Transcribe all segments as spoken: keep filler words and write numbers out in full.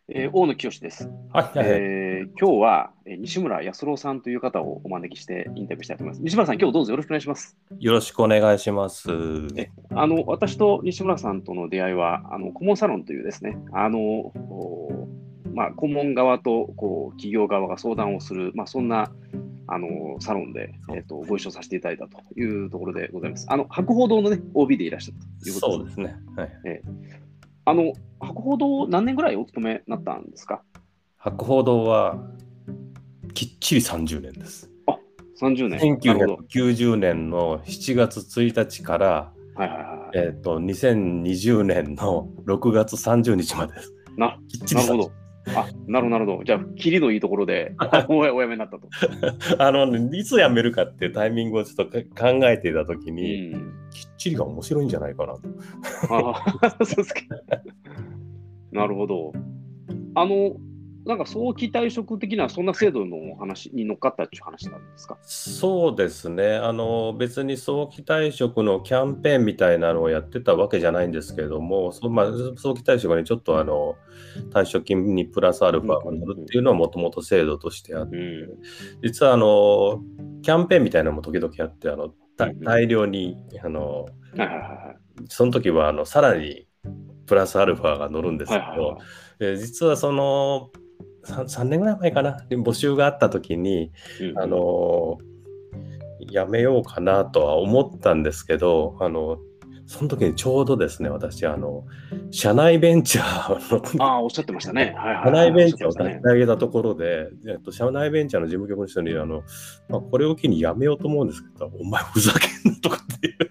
えー大野清です。 はいはいはい。 えー今日は、えー西村康郎さんという方をお招きしてインタビューしたいと思います。西村さん、今日どうぞよろしくお願いします。 よろしくお願いします。 え、あの、私と西村さんとの出会いは、あの、顧問サロンというですね、あの、おまあ、顧問側とこう企業側が相談をする、まあ、そんなあのサロンで、えっと、ご一緒させていただいたというところでございます。あの、博報堂のね、オービー でいらっしゃったということですね。 そうですね。はい。 えーあの、博報堂何年ぐらいお勤めになったんですか？ 博報堂はきっちりさんじゅうねんです。 あ、さんじゅうねん。なるほど。 せんきゅうひゃくきゅうじゅうねんのしちがつついたちから、 はいはいはいはい。 えっと、にせんにじゅうねんのろくがつさんじゅうにちまでです。 な、 きっちり30 なるほど。あ、なるほど、なるほど。じゃあ、キリのいいところで、おおやめになったと。 あの、ね、いつ辞めるかっていうタイミングをちょっと考えていたときうに、 ん。 きっちりが面白いんじゃないかなと。 ああ、そうですか。なるほど。あの、なんか早期退職的な、そんな制度のお話に乗っかったっていう話なんですか？ そうですね。あの、別に早期退職のキャンペーンみたいなのをやってたわけじゃないんですけれども、そまあ、早期退職にちょっとあの退職金にプラスアルフうん、 ァが乗るっていうのはもともと制度としてあって、 うん、うん。 実はあのキャンペーンみたいなのも時々あって、あのうん、 たうん。 大量にあのはいはいはいはい。 その時はあのさらにプラスアルファが乗るんではいすけど、 はいはい。 えー実はその 3, さんねんぐらい前かな、募集があった時に、 うん、 あうん。 のやめようかなとは思ったんですけど、あのその時にちょうどですね、私、あの社内ベンチャーのああ、おっしゃってましたね。はいはい社内はい。おっしゃベンチャーを立ちってましたね。 上げたところで、えっと、社内ベンチャーの事務局の人に、あの、まあ、これを機に辞めようと思うんですけど、お前ふざけんなとかっていう、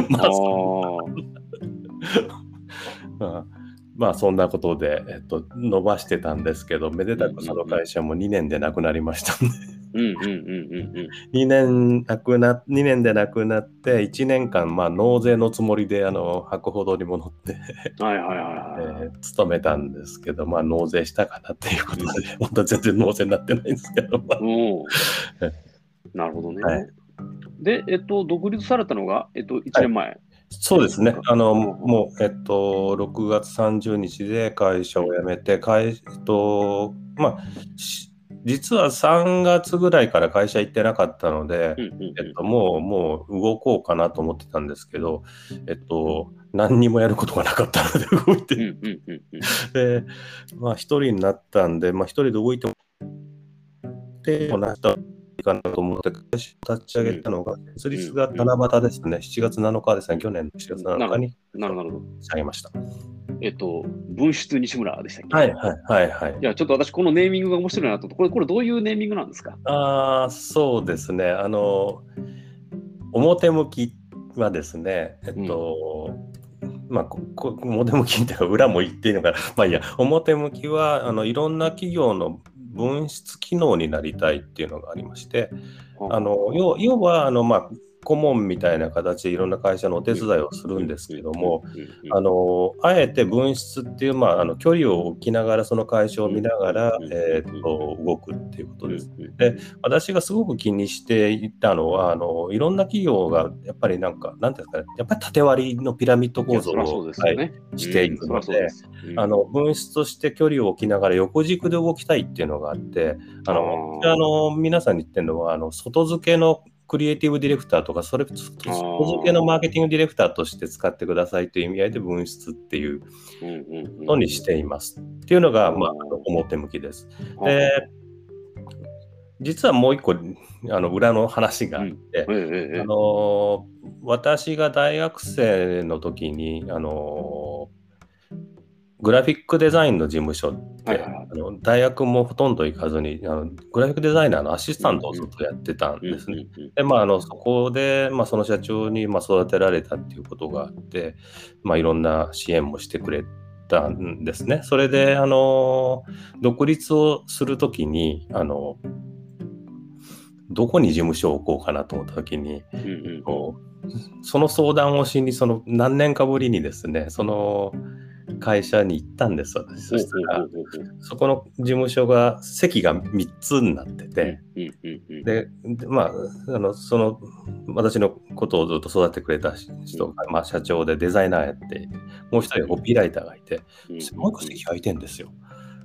まああ、そんあ。 まあ、まあそんなことで、えっと、伸ばしてたんですけど、めでうん、うたくそのん、うん。 会社もにねんでなくなりましたんで、 うん、うん、うん、うん、うん。 にねんなくな、にねんでなくなって、いちねんかん、まあ、納税のつもりで、あの、博報堂に戻って、 はいはいはいえはー勤めたんですけど、まあ、納税したかなっていうこい。うん。 とで、本当は全然納税になってないんですけど、まあ、 おー、なるほどはい。 ね。で、えっと、独立されたのが、えっと、1 はい。 年前そうですね。 ですか？ あの、 ほうほう。 もう、えっと、ろくがつさんじゅうにちで会社をうん。 辞めて、会、えっと、まあ、し実はさんがつぐらいから会社行ってなかったので、 うん、うん、 えっと、もう、もう動こうかなと思ってたんですけど、えっと、何にもやることがなかったので動いうん。 て、 うん、うん、うん、うん。 で、まあ、一人になったんで、まあ、一人で動いてもで、同じだかなと思って会社を立ち上うん、 げたのが、設うん、 立がうん。 七夕ですね。しちがつなのかですね。去年のしちがつ7 なるほど。 日になるほど、なるほど。 立ち上げました。 えっと、文出西村でしたっけ？ はいはいはいはい。 いや、ちょっと私、このネーミングが面白いなと思って、これ、これどういうネーミングなんですか？ ああ、そうですね。あの、表向きはですね、えっうん。 と、まあ、ここ表向きっていうか、裏も言っていいのかな。まあいいや、表向きは、あの、いろんな企業の分室機能になりたいっていうのがありまして、 ははあの、 は。 要要は、あの、まあ、顧問みたいな形でいろんな会社のお手うん、 伝いをするうん、 んですうん、 けども、 うん、うん、うん、 あの、あえて分室っていう、まあ、あの距離を置きながら、その会社をうん、 見ながうん、 ら、 うん、うん、 えーっうん、 と、動くっていうことうん、 です。 うん、 で、私がすごく気にしていたのは、あの、いろんな企業が、やっぱりなんか、なんていうんですかね、やっぱり縦割りのピラミッドいや、 構造を、 そりゃそうですはい、 よね。 していうん、そりゃるので、 そうです。うん。 あの、分室として距離を置きながら横軸で動きたいっていうのがあって、ああの、私はああ、 の、皆さんに言ってるのは、あの、外付けのクリエイティブディレクターとか、それ、外あ付けのマーケあ、 ティングディレクターとして使ってくださいという意味合いで分室っていううん、うん、うん、 のにしています。っていうのうん。 が、まあ、あのおー、 表向きです。 ははは。 で、実はもう一個、あの、裏の話があっうん。 て、 ええ、ええ、 あええ。 の、私が大学生の時に、あの、グラフィックデザインの事務所って、 はいはいはい。 あの大学もほとんど行かずにあの、グラフィックデザイナーのアシスうん、 タントをうん、 ずっとやってたんうん、 ですね。 うん、うん、 で、まあ、あのそうん、 こで、まあ、その社長に、まあ、育てられたっていうことがあって、まあ、いろんな支援もしてくれたんですね。それで、あの、独立をするときに、あの、どこに事務所を置こうかなと思ったときに、 うん、うん、うん。 こうその相談をしに、その何年かぶりにですね、その会社に行ったんです、私。そしほうほうたら、 ほうほうほう。 そこの事務所が席がみっつになってうん、 て、 うん、うん、うん。 で、でまあ、あの、その、私のことをずっと育ててくれたうん、 人が、まあ、社長でデザイナーやって、もう一人がコピーライターがいて、 うん、うん、 もう一個うん。 席空いてんですよ。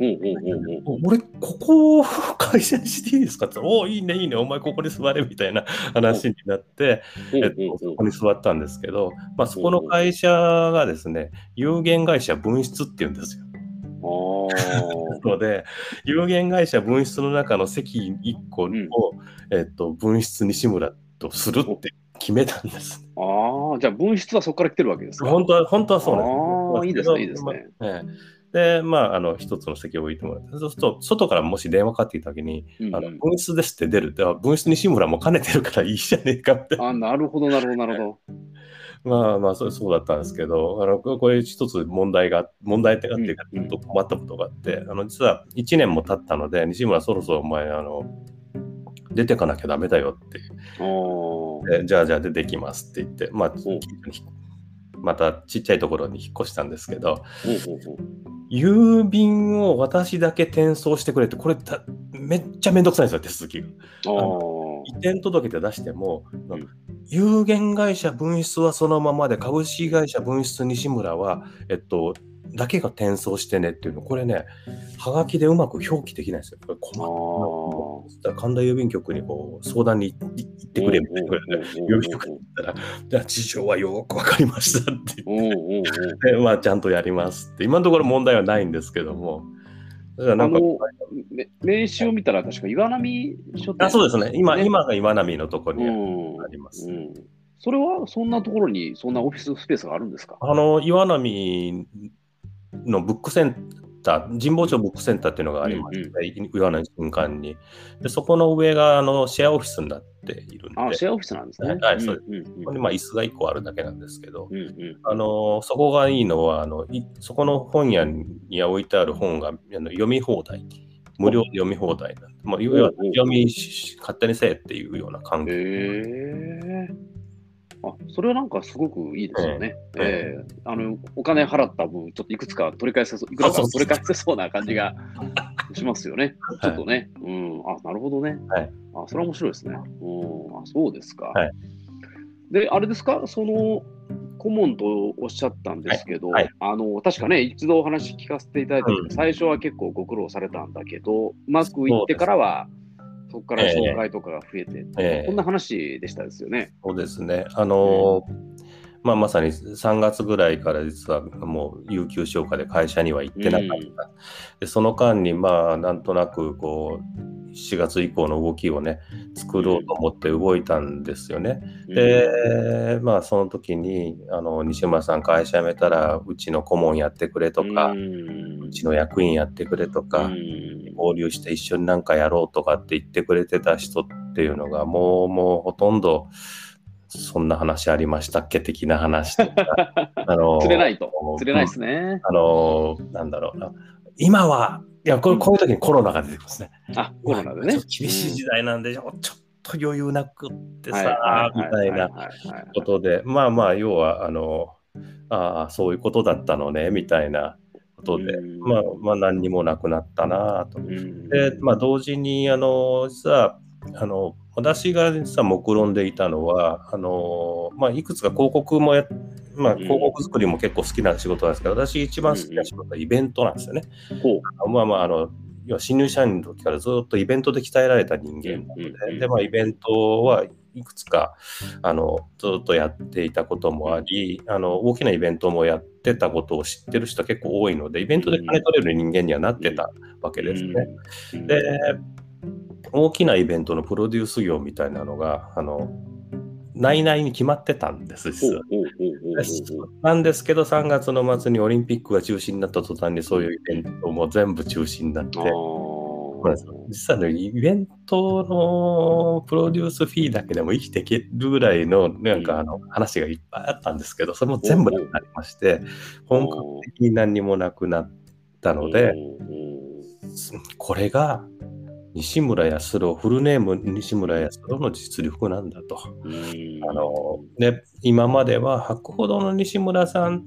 うんうんうんうん。 俺、ここを会社にしていいですかって言ったら、おお、いいね、いいね、お前ここに座れみたいな話になって、 うんえっと、 うんうんそこに座ったんですけど、まあ、そこのうんうん。 会社がですね、有限会社分室っていうんですよ。 ああ。 ので、有限会社分室の中の席いっこを、 うん。 えっと、分室西村とするっお、 て決めたんです。 ああ、じゃあ分室はそこから来てるわけですか。 本当は、本当はそうなんです。そうああ、いいですね、いですけど、まいですね。 ええ、で、まあ、あの、一つの席を置いてもらって、そうすると、外からもし電話かかってきたときに、あの、 うんうん。 分室ですって出るって、あ、分室西村も兼ねてるからいいじゃねえかって。 あ、なるほど、なるほど、なるほど。 まあまあ、そうそうだったんですけど、あの、ここれ一つ問題が、問題ってかうんっていうか、ちょっとうん。 困ったことがあって、あの、実はいちねんも経ったので、西村そろそろお前、あの、出てかなきゃダメだよって。 ああ。ほでじゃあ、じゃあ出てきますって言って、まあ、 うまたちっちゃいところに引っ越したんですけど、 ほうほうほう。 郵便を私だけ転送してくれって、これためっちゃめんどくさいんですよ、手続きが。 ああのあ。 移転届で出しても、 うん。 有限会社分室はそのままで、株式会社分室西村は、えっと、だけが転送してねっていうの、これね、はがきでうまく表記できないんですよ。これああ。 困ったな。神田郵便局にこう相談に行ってくれみたいな。郵便局に行ったら、じゃあ事情はよくわかりましたってうんうんうん。 で、まあ、ちゃんとやりますって。今のところ問題はないんですけども。だからなんか、 あの、め名刺を見たら確か岩波書あ、 店そうですね。今、 ね。 今が岩波のところうにあん。 ります。 うん。それはそんなところにそんなオフィススペースがあるんですか。 あの、岩波のブックセンター、神保町ブックセンターっていうのがありまして、 うん岩波新館に。で、そこの上があのシェアオフィスになっているんで、 あ、シェアオフィスなんですね。 はい、そうです。 うんうんここにまあ椅子がいっこあるだけなんですけど、 うんうんあのそこがいいのはあのい、そこの本屋に置いてある本があの読み放題、無料で読み放題なんで、まあ、要は読みし勝手にせえっていうような関係。 へえ。あ、それはなんかすごくいいですよね。 ええええ、あの、お金払った分、ちょっといくつか取り返せそう、いくらかそうそうそう取り返せそうな感じがしますよね。ちょっとね。うん。あ、なるほどね。 はい。 あ、それは面白いですね。うん。あ、そうですか。 はい。 で、あれですか、その、顧問とおっしゃったんですけど、 はいはいあの、確かね、一度お話聞かせていただいたけど、 うん最初は結構ご苦労されたんだけど、うまくいってそうです。 からは、そこからええ紹介とかが増えて、 ええこんな話でしたですよね。 そうですね。あのまあ、まさにさんがつぐらいから実はもう有給消化で会社には行ってなかった。でその間にまあなんとなくこうしがつ以降の動きをね作ろうと思って動いたんですよね。 うんでまあその時にあの西村さん会社辞めたらうちの顧問やってくれとか、 ううんちの役員やってくれとか、 ん合流して一緒になんかやろうとかって言ってくれてた人っていうのがもうもうほとんどそんな話ありましたっけ的な話とか、あの釣れないと。釣れないでうんすね。 あのなんだろうな、今は、いや、これ、 うんこういう時にコロナが出てきますね。 あ、コロナでね。 ちょっと厳しい時代なんで、ちょっと余裕なくってはいさ、みたいなことで、まあまあ、要は、あの、ああ、そういうことだったのね、みたいなことで、まあ、まあ、何にもなくなったなと。で、まあ、同時に、あの、実は、あの、私が実は目論んでいたのは、あの、まあ、いくつか広告もや、まあ、広告作りも結構好きな仕事なんですけど、私一番好きな仕事はイベントなんですよね。まあまあ、あの、要は新入社員の時からずっとイベントで鍛えられた人間なので、で、まあ、イベントはいくつか、あの、ずっとやっていたこともあり、あの、大きなイベントもやってたことを知ってる人結構多いので、イベントで金取れる人間にはなってたわけですね。で、大きなイベントのプロデュース業みたいなのが、あの、内々に決まってたんです、実は。なんですけど、さんがつの末にオリンピックが中止になった途端に、そういうイベントも全部中止になって、実はね、イベントのプロデュースフィーだけでも生きていけるぐらいのなんかあの話がいっぱいあったんですけど、それも全部なくなりまして、本格的に何にもなくなったので、これが西村康郎、フルネーム西村康郎の実力なんだと。あのね、今までは博報堂の西村さん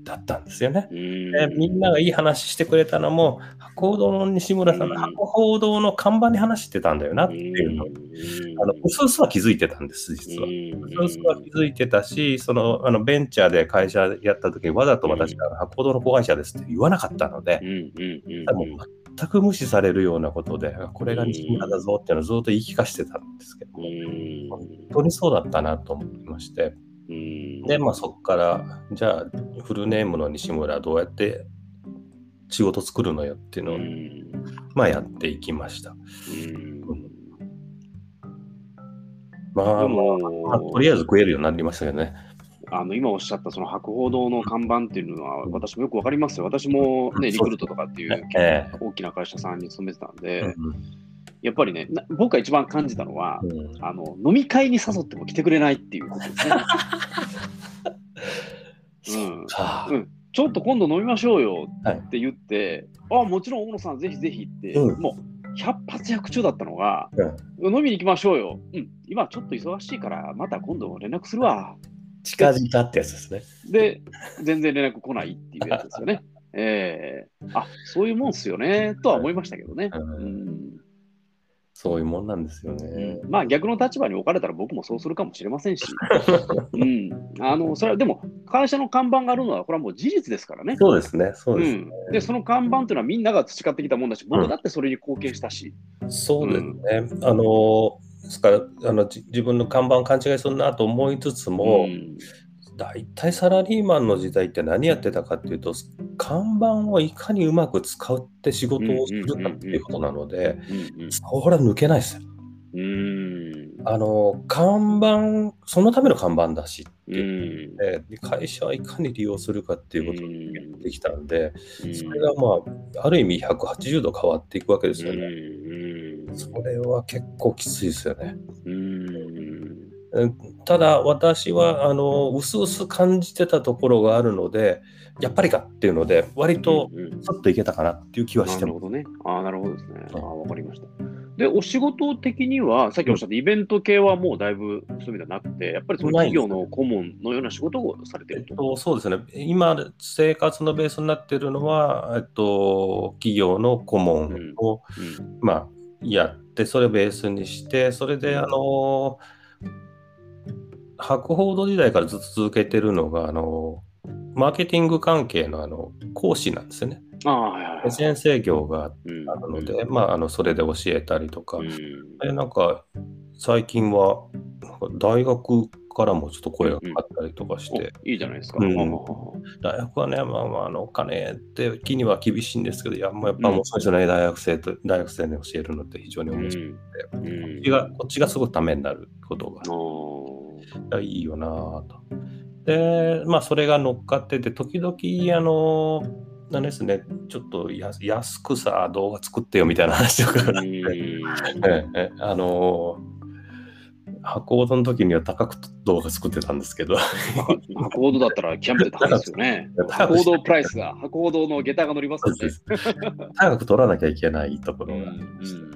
だったんですよね。 うんでみんながいい話してくれたのも、博報堂の西村さんの博報堂の看板に話してたんだよなっていうのを、あのうすうすは気づいてたんです、実は。うすうすは気づいてたし、そのあのベンチャーで会社やった時にわざと私が博報堂の子会社ですって言わなかったので、もう全く無視されるようなことで、これが西村だぞっていうのをずっと言い聞かせてたんですけども、本当にそうだったなと思いまして、で、まあそこから、じゃあフルネームの西村どうやって仕事作るのよっていうのを、まあやっていきました。うんまあ、まあ、とりあえず食えるようになりましたけどね。 あの今おっしゃったその博報堂の看板っていうのは私もよくわかりますよ。私もね、リクルートとかっていう大きな会社さんに勤めてたんで、やっぱりね、僕が一番感じたのは、あの飲み会に誘っても来てくれないっていうことですね。うんうん、ちょっと今度飲みましょうよって言って、はい、あもちろん大野さんぜひぜひって、うん、もうひゃく発ひゃく中だったのが、うん、飲みに行きましょうよ、うん、今ちょっと忙しいからまた今度連絡するわ。 近づいたってやつですね。 で、全然連絡来ないっていうやつですよね。えー、あそういうもんっすよねとは思いましたけどね。うんうんそういうもんなんですよね。 うん、まあ逆の立場に置かれたら僕もそうするかもしれませんし、うん、あのそれはでも会社の看板があるのはこれはもう事実ですからね。 そうですね、そうですね。 うん、でその看板というのはみんなが培ってきたもんだし、僕だってそれに貢献したし。 うん、そうですね。うん、あのですからあの自分の看板を勘違いするなと思いつつも、うん大体サラリーマンの時代って何やってたかっていうと、看板をいかにうまく使って仕事をするかっていうことなので、それは抜けないですよ。うーんあの看板、そのための看板だしっていう、で会社はいかに利用するかっていうことをやってきたんで、それがまあある意味ひゃくはちじゅうど変わっていくわけですよね。それは結構きついですよね。うーんただ私はあの薄々感じてたところがあるので、やっぱりかっていうので割とさっといけたかなっていう気はしてます。 なるほどね。ああ、なるほどですね。ああ、わかりました。で、お仕事的には、さっきおっしゃったイベント系はもうだいぶそういう意味ではなくて、やっぱりその企業の顧問のような仕事をされていると。 えっと、そうですね。今、生活のベースになっているのは、えっと、企業の顧問を、うんうん、まあ、やって、それをベースにして、それで、あの、博報堂時代からずっと続けてるのが、あの、マーケティング関係のあの講師なんですよね。 あはいはいはい、 先生業があるので、うんまあ、あのそれで教えたりとか、うん、でなんか最近はなんか大学からもちょっと声がかかったりとかして、 うん、いいじゃないですか。 うん、大学はね、まあ、まあ、あのお金って気には厳しいんですけど、いやもうやっぱ面白いですよね、うん、大学生と大学生に教えるのって非常に面白くて、うん、こっちがこっちがすごくためになることが、いいよなぁと。で、まあ、それが乗っかってて、時々、あの、なんですね、ちょっとや安くさ、動画作ってよみたいな話とかがあって、えあの、博報堂の時には高く動画作ってたんですけど。 博報堂だったら極めて高いですよね。博報堂プライスが、博報堂の下駄が乗りますので。 高く取らなきゃいけないところがありまして。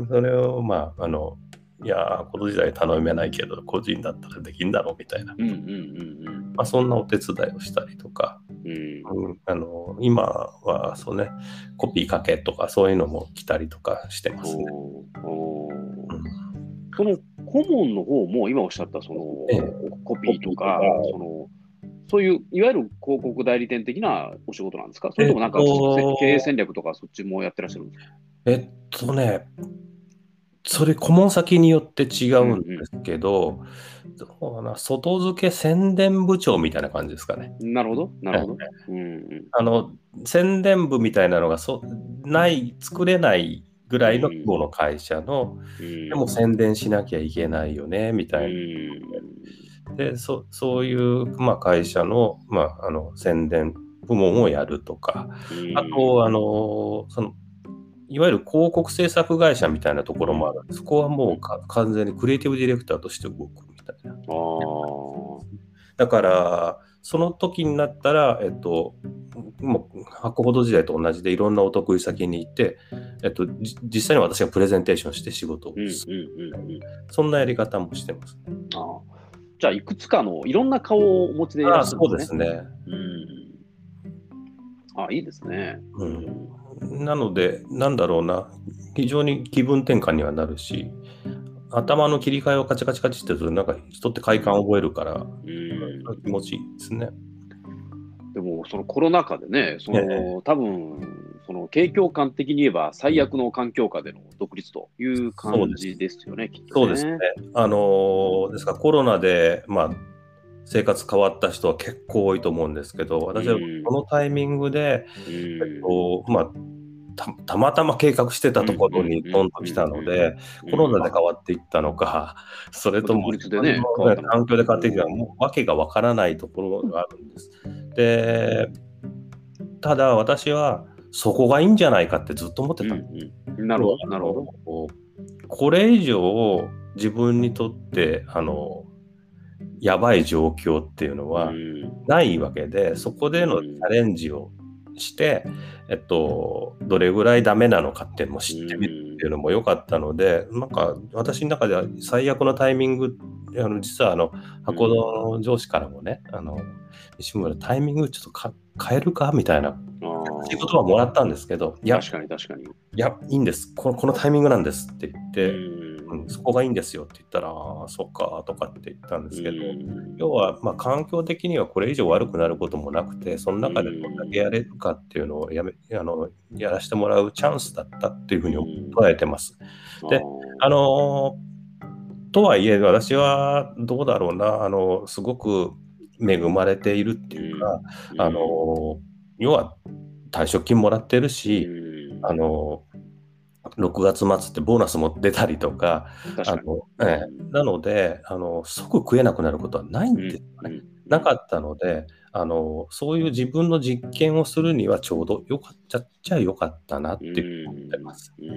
それを、まあ、あの、いやこの時代頼めないけど個人だったらできんだろうみたいな、まあ、そんなお手伝いをしたりとか、うんうん、あの今はそうねコピーかけとかそういうのも来たりとかしてますね。おお、うん、その顧問の方も今おっしゃったその、ええ、コピーとかそのそういういわゆる広告代理店的なお仕事なんですか？それともなんか、えっと、経営戦略とかそっちもやってらっしゃるんですか？ えっとねそれ顧問先によって違うんですけど、うんうん、どうかな、外付け宣伝部長みたいな感じですかね。 なるほど、なるほど。うんうん、 あの宣伝部みたいなのがそない作れないぐらいの規模の会社の、うん、でも宣伝しなきゃいけないよねみたいな。うん、で そ, そういう、まあ、会社の、まあ、あの宣伝部門をやるとか、うん、あとあのそのいわゆる広告制作会社みたいなところもある。そこはもう完全にクリエイティブディレクターとして動くみたいな。だから、その時になったら、えっと、もう博報堂時代と同じでいろんなお得意先に行って、えっと、実際に私がプレゼンテーションして仕事をする。そんなやり方もしてます。 あじゃあ、いくつかのいろんな顔をお持ちでいらっしゃるんですね。 あそうですね。うんあ、いいですね。 うん、なので、なんだろうな、非常に気分転換にはなるし、頭の切り替えをカチカチカチってすると、なんか人って快感を覚えるから、 うん。 気持ちいいですね。 でも、そのコロナ禍でね、そええ、 の多分その景況感的に言えば、最悪の環境下での独立という感じそうです。 ですよね、きっとそうですね。 ね。あのですからコロナで、まあ、生活変わった人は結構多いと思うんですけど、 う私はこん。 のタイミングで、 うえっん。 と、まあ、たたまたま計画してたところうん。うん。 にドンと来たうん。うん。 ので、 うん。 コロナで変わっていったのか、それとも独自分立でね、変わの、ね、 ったのか。 環境で変わってきたのか、もおう訳がわからないところがあるんです。で、ただ私はそこがいいんじゃないかってずっと思ってうた。 ん。うん。なる要はほど、なあるほど。 の、これ以上自分にとってあのやばい状況っていうのうはん。 ないわけで、そこうでのチャん。 レンジをして、えっと、どれぐらいダメなのかっていうのもう知ってみるっていうん。 のも良かったので、なんか私の中では最悪のタイミング、あの実はあの箱うん。 の上司からもね、あの西村、タイミングちょっとか変えるかみたいな、 あ仕事はもらったんですけど、いあ、 や、 確かに確かに。 いや、いいんです。この、このタイミングなんですって言っうて、うん、 ん。 そこがいいんですよって言ったら、ああ、そっかとかって言ったんでうすけど、 ん。 要は、まあ、環境的にはこれ以上悪くなることもなくて、そのう中でどんだけん。 やれるかっていうのをやめ、あの、やらせてもらうチャンスだったっていうふううにん。 捉えてます。 あで、ああ。 のとはいえ、私はどうだろうな、あの、すごく恵まれているっていうか、 うん。うあん。 の、要は退職金もらってるうし、あん。 の、ろくがつ末ってボーナスも出たりとか、 確かに。 あの、 うええ、 ん。 なので、あの、即食えなくなることはないうん。 んですよね。 うん。うん。 なかったので、あの、そういう自分の実験をするにはちょうどよかったっちゃ良かったなっうていうふうに思ってまん。 す。 うん。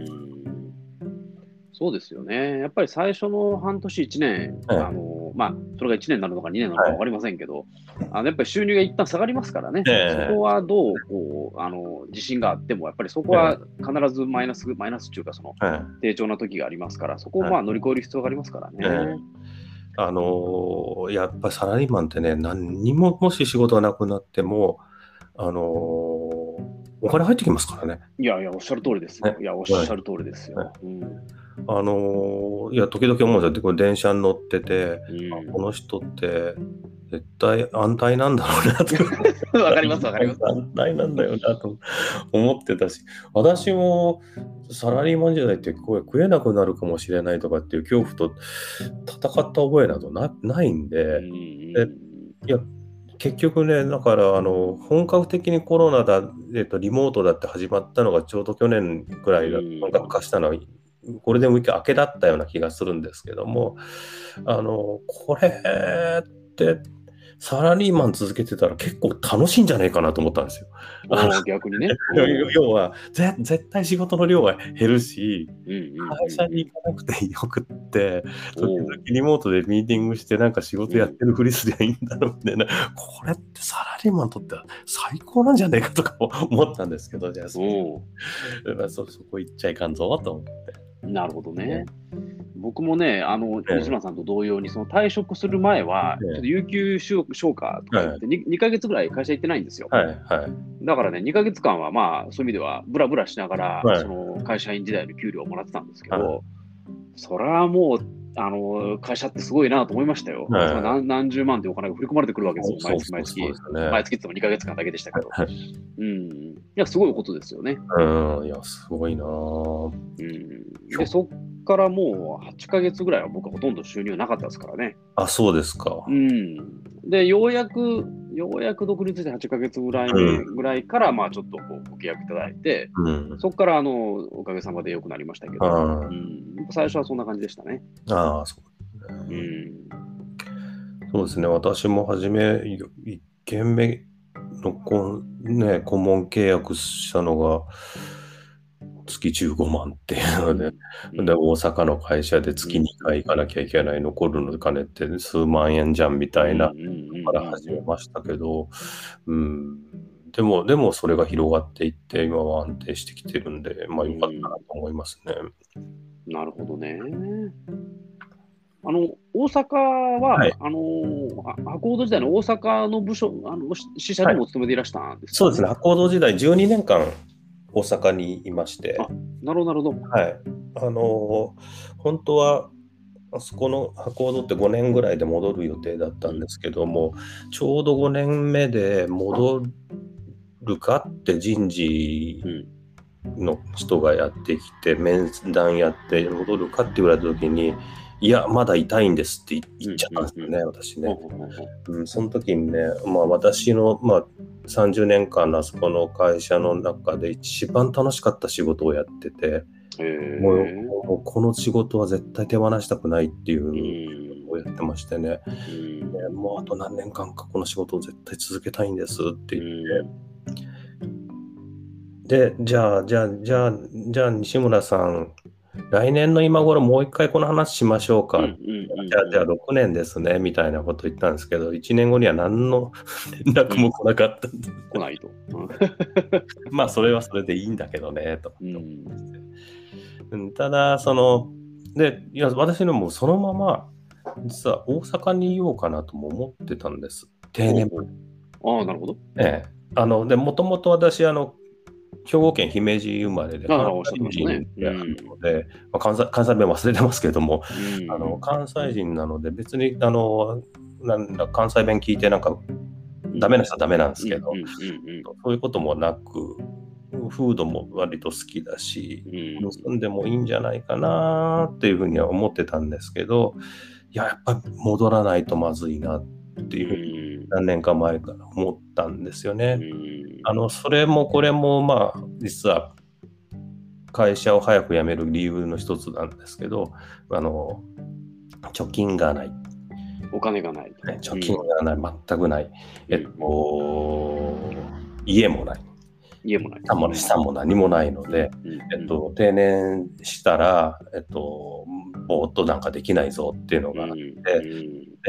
そうですよね。やっぱり最初の半年、いちねん、 ええ、 あの、まあ、それがいちねんになるのかにねんなのかはい。 分かりませんけど、あの、やっぱり収入が一旦下がりますからね。 えそえ、 こはどう、こう、あの、自信があっても、やっぱりそこええ、 は必ずマイナス、マイナスっていうか、その、 ええ、 低調な時がありますから、そこをはい。 まあ乗り越える必要がありますからええ。 ね。 あの、やっぱりサラリーマンってね、何にももし仕事がなくなっても、あの、お金入ってきますからね。 いやいや、おっしゃる通りですよ。 ね。 いや、おっはい。 しゃる通りですはい。 よ。うん。 あの、いや、時々思うんですよ。これ電車に乗ってて、 うあ、こん。 の人って絶対安泰なんだろうなと。 わかります、わかります。 安泰なんだよなと思ってたし、私もサラリーマン時代ってこう食えなくなるかもしれないとかっていう恐怖と戦った覚えなどなないんうん。 で、で、 うん。 いや、結局ね、だからあの本格的にコロナだ、えっと、リモートだって始まったのがちょうど去年ぐらういだ、本格ん。 化したのはゴールデンウィーク明けだったような気がするんですけども、あの、これってサラリーマン続けてたら結構楽しいんじゃないかなと思ったんですよ。あのおー、逆にね。おー。 要は、ぜ絶対仕事の量は減るし、 うん。うん。 会社にうん。 行かなくてよくって、 うん。 時々 おー。 リモートでミーティングしてなんか仕うん。 事やってるふりすりゃいいんだろうみたいな、これってサラリーマンにとっては最高なんじゃねえかとか思ったんですけど、じゃあ、そおー。 そそこ行っちゃいかんぞと思って。 なるほどね。 ね。僕もね、あの、 ええ、 西村さんと同様に、その退職する前は、ちょっとえ有給消消化とえ、はい、 か言って、ににかげつぐらい会社行ってないんですよ。 はい、はい、 だからね、にかげつかんはまあ、そういう意味では、ブラブラしながら、 はい、 その会社員時代の給料をもらってたんですけはど、それはもう、あの、会社ってすごいなと思いましたよ。 い、 それははい。 何何十万というお金が振り込まれてくるわけですよ、毎そうそう、そうで月毎月。 すよね。 毎月って言ってもにかげつかんだけでしたけど。 はい。 うん。いや、すごいことですよね。 うん、いや、すごいなぁ。 うん。で、 きょそっからもうはちかげつぐらいは僕はほとんど収入なかったですからね。 あ、そうですか。 うん。で、ようやく、ようやく独立してはちかげつぐらいうん、 目ぐらいから、まあちょっとこうご契約いただいて、 うん。 そこからあの、おかげさまで良くなりましたけど、 あうん。最初はそんな感じでしたね。 あ、ああ、そうですうね。 ん。 そうですね。私も初め、いっけんめのこん、ね、顧問契約したのが月じゅうごまんっていうので、 うん。うで、 ん。 大阪の会社でうん。 月にかい行かなきゃいけない、残るの金って数万円じゃんみうん。うん。 たいなうん。 のから始めうん。 ましたけど、うん、でも、でもそれが広がっていって、今は安定してきてるんで、まあう良かったなん。 と思いますね。 なるほどね。 あの大阪は、 はい。 あのあ博報堂時代の大阪の部署、あのし支社はい。 にもお勤めでいらしたんですそうですね。 よね。 博報堂時代じゅうにねんかん大阪にいましあ、 て、 なるほど、なるほど。 はい。あの本当は、あそこの博報堂ってごねんぐらいで戻る予定だったんですけども、ちょうどごねんめで戻るかって人事うん。 の人がやってきて、面談やって戻るかって言われた時に、いや、まだ痛いんですって言っちゃったんですよね、私ね。 ほうほうほうほうん、その時にね、まあ、私の、まあ、さんじゅうねんかんのあそこの会社の中で一番楽しかった仕事をやってて、 う。へもうえ。 もうこの仕事は絶対手放したくないっていううのん。 をやってましてね、 うん。 ねもうあと何年間かこの仕事を絶対続けたいんですってう言って、 ん。 で、じゃあ、じゃあ、じゃあ、じゃあ、西村さん、来年の今頃もう一回この話しましょうか。 うん。うん。 じゃあ、じゃあうん。 ろくねんですね、みたいなこと言ったんですけど、いちねんごには何の連絡も来なかったんで、 来ないと。 まあ、それはそれでいいんだけどね、とかうって思っん。 て。うん、ただ、その、で、いや、私のもそのまま、実は大阪にいようかなとも思ってたんです。定年ほうほう。ああ、なるほど。 ええ。あの、で、もともと私、あの、兵庫県姫路生まれで、関ああ、おっしゃってま西人したね。うであるん。 ので、まあ、関西、関西弁忘れてますけども、 うあの、 ん。 関西人なので、別に、あの、なんだ、関西弁聞いて、なんか、ダメな人はダメなんですうん。 けど、 うん。うん。 そういうこともなく、フードも割と好きだし、 うん。 ここに住んでもいいんじゃないかなっていうふうには思ってたんですけど、いや、やっぱり戻らないとまずいなっていうふうに何年か前から思ったんですようね。 ん。 あの、それもこれもまあ、実は会社を早く辞める理由の一つなんですけど、あの、貯金がない。 お金がない。 ね、貯金がない、全くない。えっと、家もない。 家もない。 資産も資産も何もないので、えっと、定年したら、えっと、ぼーっとなんかできないぞっていうのがあって、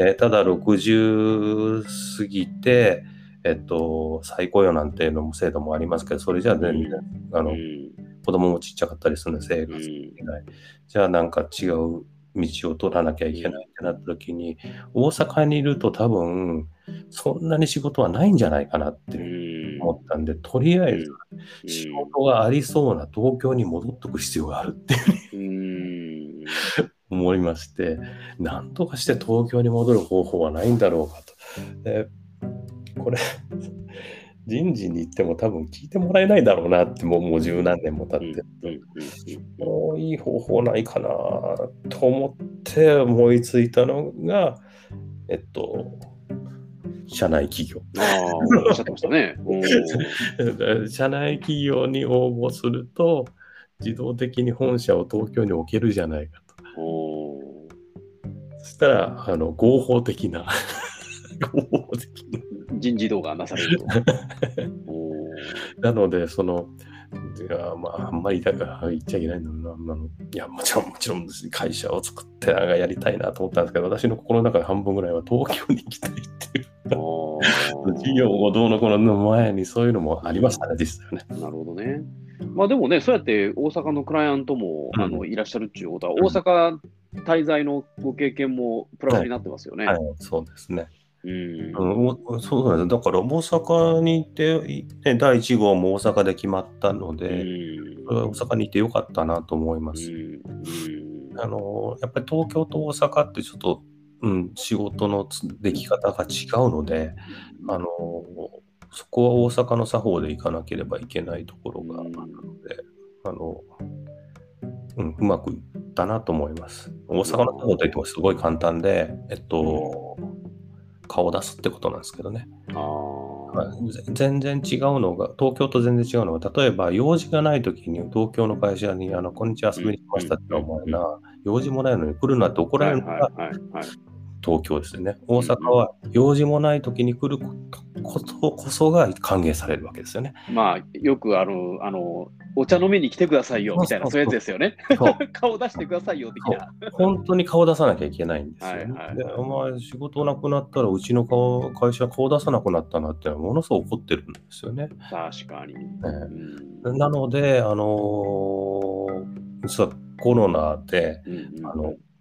でただろくじゅう過ぎて、えっと、再雇用なんていうのも制度もありますけど、それじゃ全然、あの、子供もちっちゃかったりするので生活できない。じゃあなんか違う道を取らなきゃいけないってなった時に、大阪にいると多分、そんなに仕事はないんじゃないかなって思ったんで、とりあえず仕事がありそうな東京に戻っとく必要があるっていうふうに思いまして、なんとかして東京に戻る方法はないんだろうかと。でこれ人事に行っても多分聞いてもらえないだろうなってもうもう十何年も経ってると、もういい方法ないかなと思って思いついたのが、えっと、社内企業。 ああ、おっしゃってましたね。 社内企業に応募すると、自動的に本社を東京に置けるじゃないかと。そしたら、あの合法的な、合法的な人事動がなされると。 なので、その、いやまあ、あんまりだから言っちゃいけないんだろうな。あのいや、もちろん、もちろんですね、会社を作ってなんかやりたいなと思ったんですけど、私の心の中で半分ぐらいは東京に行きたいっていう。事業をどうのこうの前にそういうのもありましたね、実際ね。 なるほどね。まあでもね、そうやって大阪のクライアントも、 うん、 あのいらっしゃるっていうことは、大阪滞在のご経験もプラスになってますよね。 はいはい、そうですね。 うん、 うん、そうなんです。だから大阪に行って、ね、だいいち号も大阪で決まったので、それは大阪に行ってよかったなと思います。あのやっぱり東京と大阪ってちょっと、うん、仕事のでき方が違うので、あのそこは大阪の作法で行かなければいけないところがあるので、あのうん、うまくいったなと思います。大阪の作法といってもすごい簡単で、えっと、顔を出すってことなんですけどね。全然違うのが、東京と全然違うのが、例えば用事がないときに東京の会社に、あの、こんにちは遊びに来ましたって思うな、用事もないのに来るなって怒られるのが東京ですよね。大阪は用事もないときに来ることこそが歓迎されるわけですよね。 まあ、よくある、あの、お茶飲みに来てくださいよみたいな、そういうやつですよね。顔出してくださいよ的な。 本当に顔出さなきゃいけないんですよね。で、お前仕事なくなったらうちの顔会社顔出さなくなったなってものすごく怒ってるんですよね。 確かに。 うん、なので、あのー、実はコロナで、うん、あの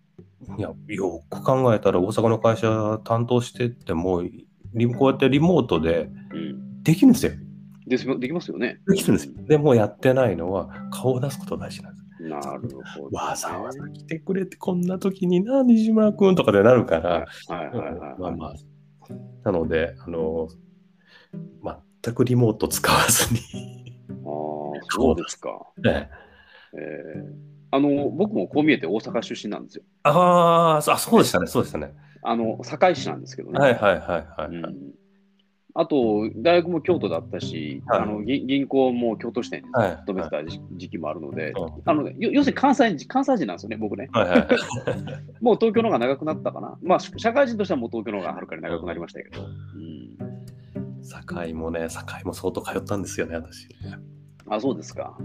いや、よく考えたら大阪の会社担当してってもうリこうやってリモートでできるんですよ。 うん、ですできますよね。 できるんですよ。でもやってないのは顔を出すことが大事なんです。 なるほど、ね。 わざわざ来てくれてこんな時にな西村君とかでなるから、 はいはいはいはい、 まあまあなのであの全くリモート使わずにああそうですか。ねえー、あの僕もこう見えて大阪出身なんですよ。 ああそうでしたねそうでしたね。 あの堺市なんですけどね。 はいはいはいはい、はい、 うんあと、大学も京都だったし、はい、あの銀行も京都支店に勤めてた時期もあるので、はいはい、あの要するに関西関西人なんですよね、僕ね。はいはいはい、もう東京の方が長くなったかな。まあ、社会人としてはもう東京の方がはるかに長くなりましたけど。 うん、堺もね、堺も相当通ったんですよね、私。 あ、そうですか。うん、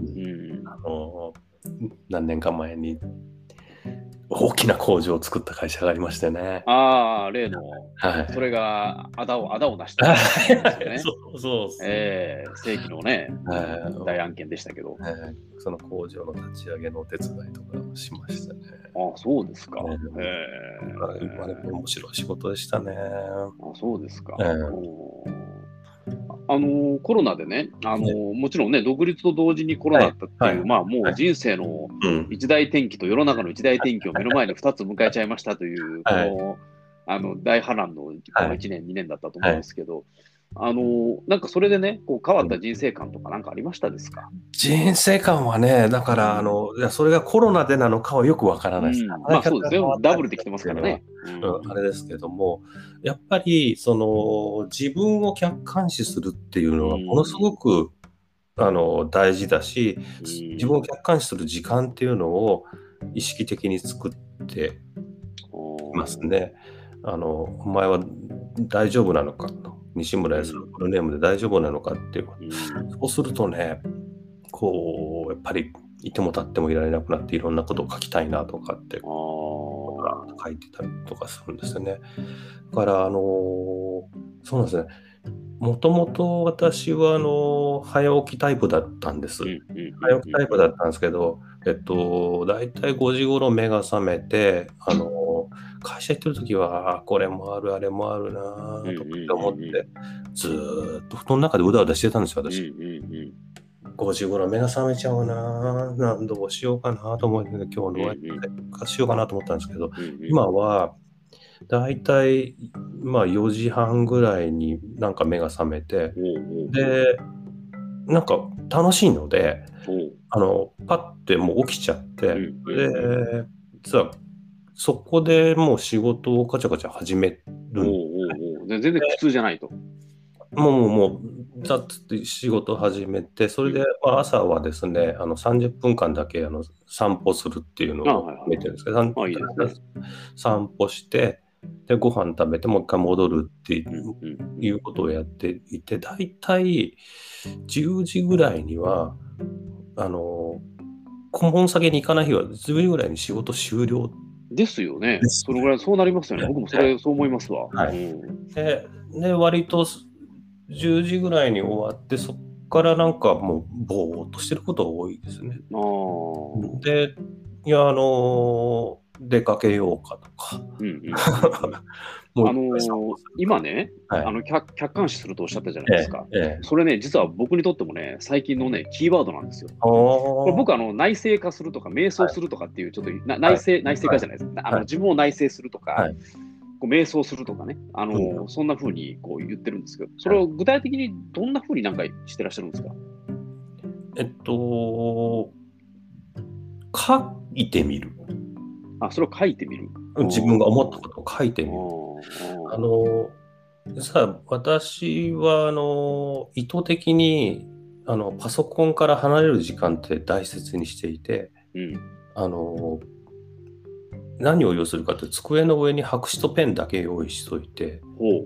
あの何年か前に大きな工場を作った会社がありましてね。 ああ、例の、はい、それがあだをあだを出したんですよね。そうそうそう。えー、正規のね、大案件でしたけど、 えー。その工場の立ち上げのお手伝いとかしましたね。 ああ、そうですか。 ね、えー、あれも面白い仕事でしたね。あそうですか。えーあのコロナでね、あのー、もちろんね、独立と同時にコロナだったっていう、はいはい、まあもう人生の一大転機と世の中の一大転機を目の前にふたつ迎えちゃいましたという、はい、このあの大波乱のこのいちねん、にねんだったと思うんですけど、はい、あのー、なんかそれでね、こう変わった人生観とかなんかありましたですか？ 人生観はね、だから、あの、いやそれがコロナでなのかはよくわからないです。うん、 まあそうですよ、ダブルできてますからね。 うん、あれですけども、やっぱりその自分を客観視するっていうのがものすごく、うん、あの大事だし、うん、自分を客観視する時間っていうのを意識的に作っていますね。あのお前は大丈夫なのかと、西村康のフルネームで大丈夫なのかっていうこと、うん、そうするとね、こうやっぱりいても立ってもいられなくなっていろんなことを書きたいなとかって書いてたりとかするんですよね。だからあのそうなんですね。もともと私はあの早起きタイプだったんです。早起きタイプだったんですけど、えっとだいたいごじ頃目が覚めて、あの会社行ってる時はこれもあるあれもあるなとかって思って、ずーっと布団の中でうだうだしてたんですよ私。ごじ頃目が覚めちゃうなぁ、どうしようかなと思って、今日の終わりかしようかなと思ったんですけど、今はだいたいまあよじはんぐらいになんか目が覚めて、でなんか楽しいので、あのパッてもう起きちゃって、で実はそこでもう仕事をカチャカチャ始めるんです、ね。 全然苦痛じゃないと。 もうもうざっと仕事始めて、それで、まあ、朝はですね、あのさんじゅっぷんかんだけあの散歩するっていうのを決めてるんですけど、はいはい、散歩して、でご飯食べてもう一回戻るっていうことをやっていて、だいたいじゅうじぐらいにはあの顧問先に行かない日はじゅうじぐらいに仕事終了ですよね。そのぐらいそうなりますよね。僕もそれそう思いますわ。 はい、うん、で, で割とじゅうじぐらいに終わって、そこからなんかもうぼーっとしてることが多いですね。あで、いや、あのー、出かけようかとか。うんうんうんあのー、今ね、はい、あの 客, 客観視するとおっしゃったじゃないですか。ええええ、それね、実は僕にとってもね、最近のね、キーワードなんですよ。これ僕あの、内省化するとか、瞑想するとかっていう、ちょっとな内省、はい、内省化じゃないですか。はい、あの自分を内省するとか、はい、こう瞑想するとかね、あのーうん、そんな風にこう言ってるんですけど、それを具体的にどんな風になんかしてらっしゃるんですか？ えっと、書いてみる。 あ、それを書いてみる。 自分が思ったことを書いてみる。あの、実は私はあの意図的にあのパソコンから離れる時間って大切にしていて、うん、あの何を要するかというと、机の上に白紙とペンだけ用意しといて、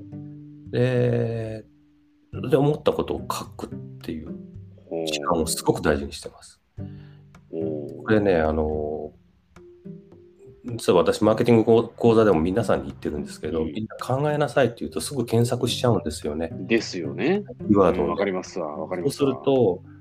で、で思ったことを書くっていう時間をすごく大事にしてます。これね、あの実は私マーケティング講座でも皆さんに言ってるんですけど、うん、みんな考えなさいって言うとすぐ検索しちゃうんですよね。 ですよね。 キーワードを、 うん、わかりますわ。わかりますわ。 そうすると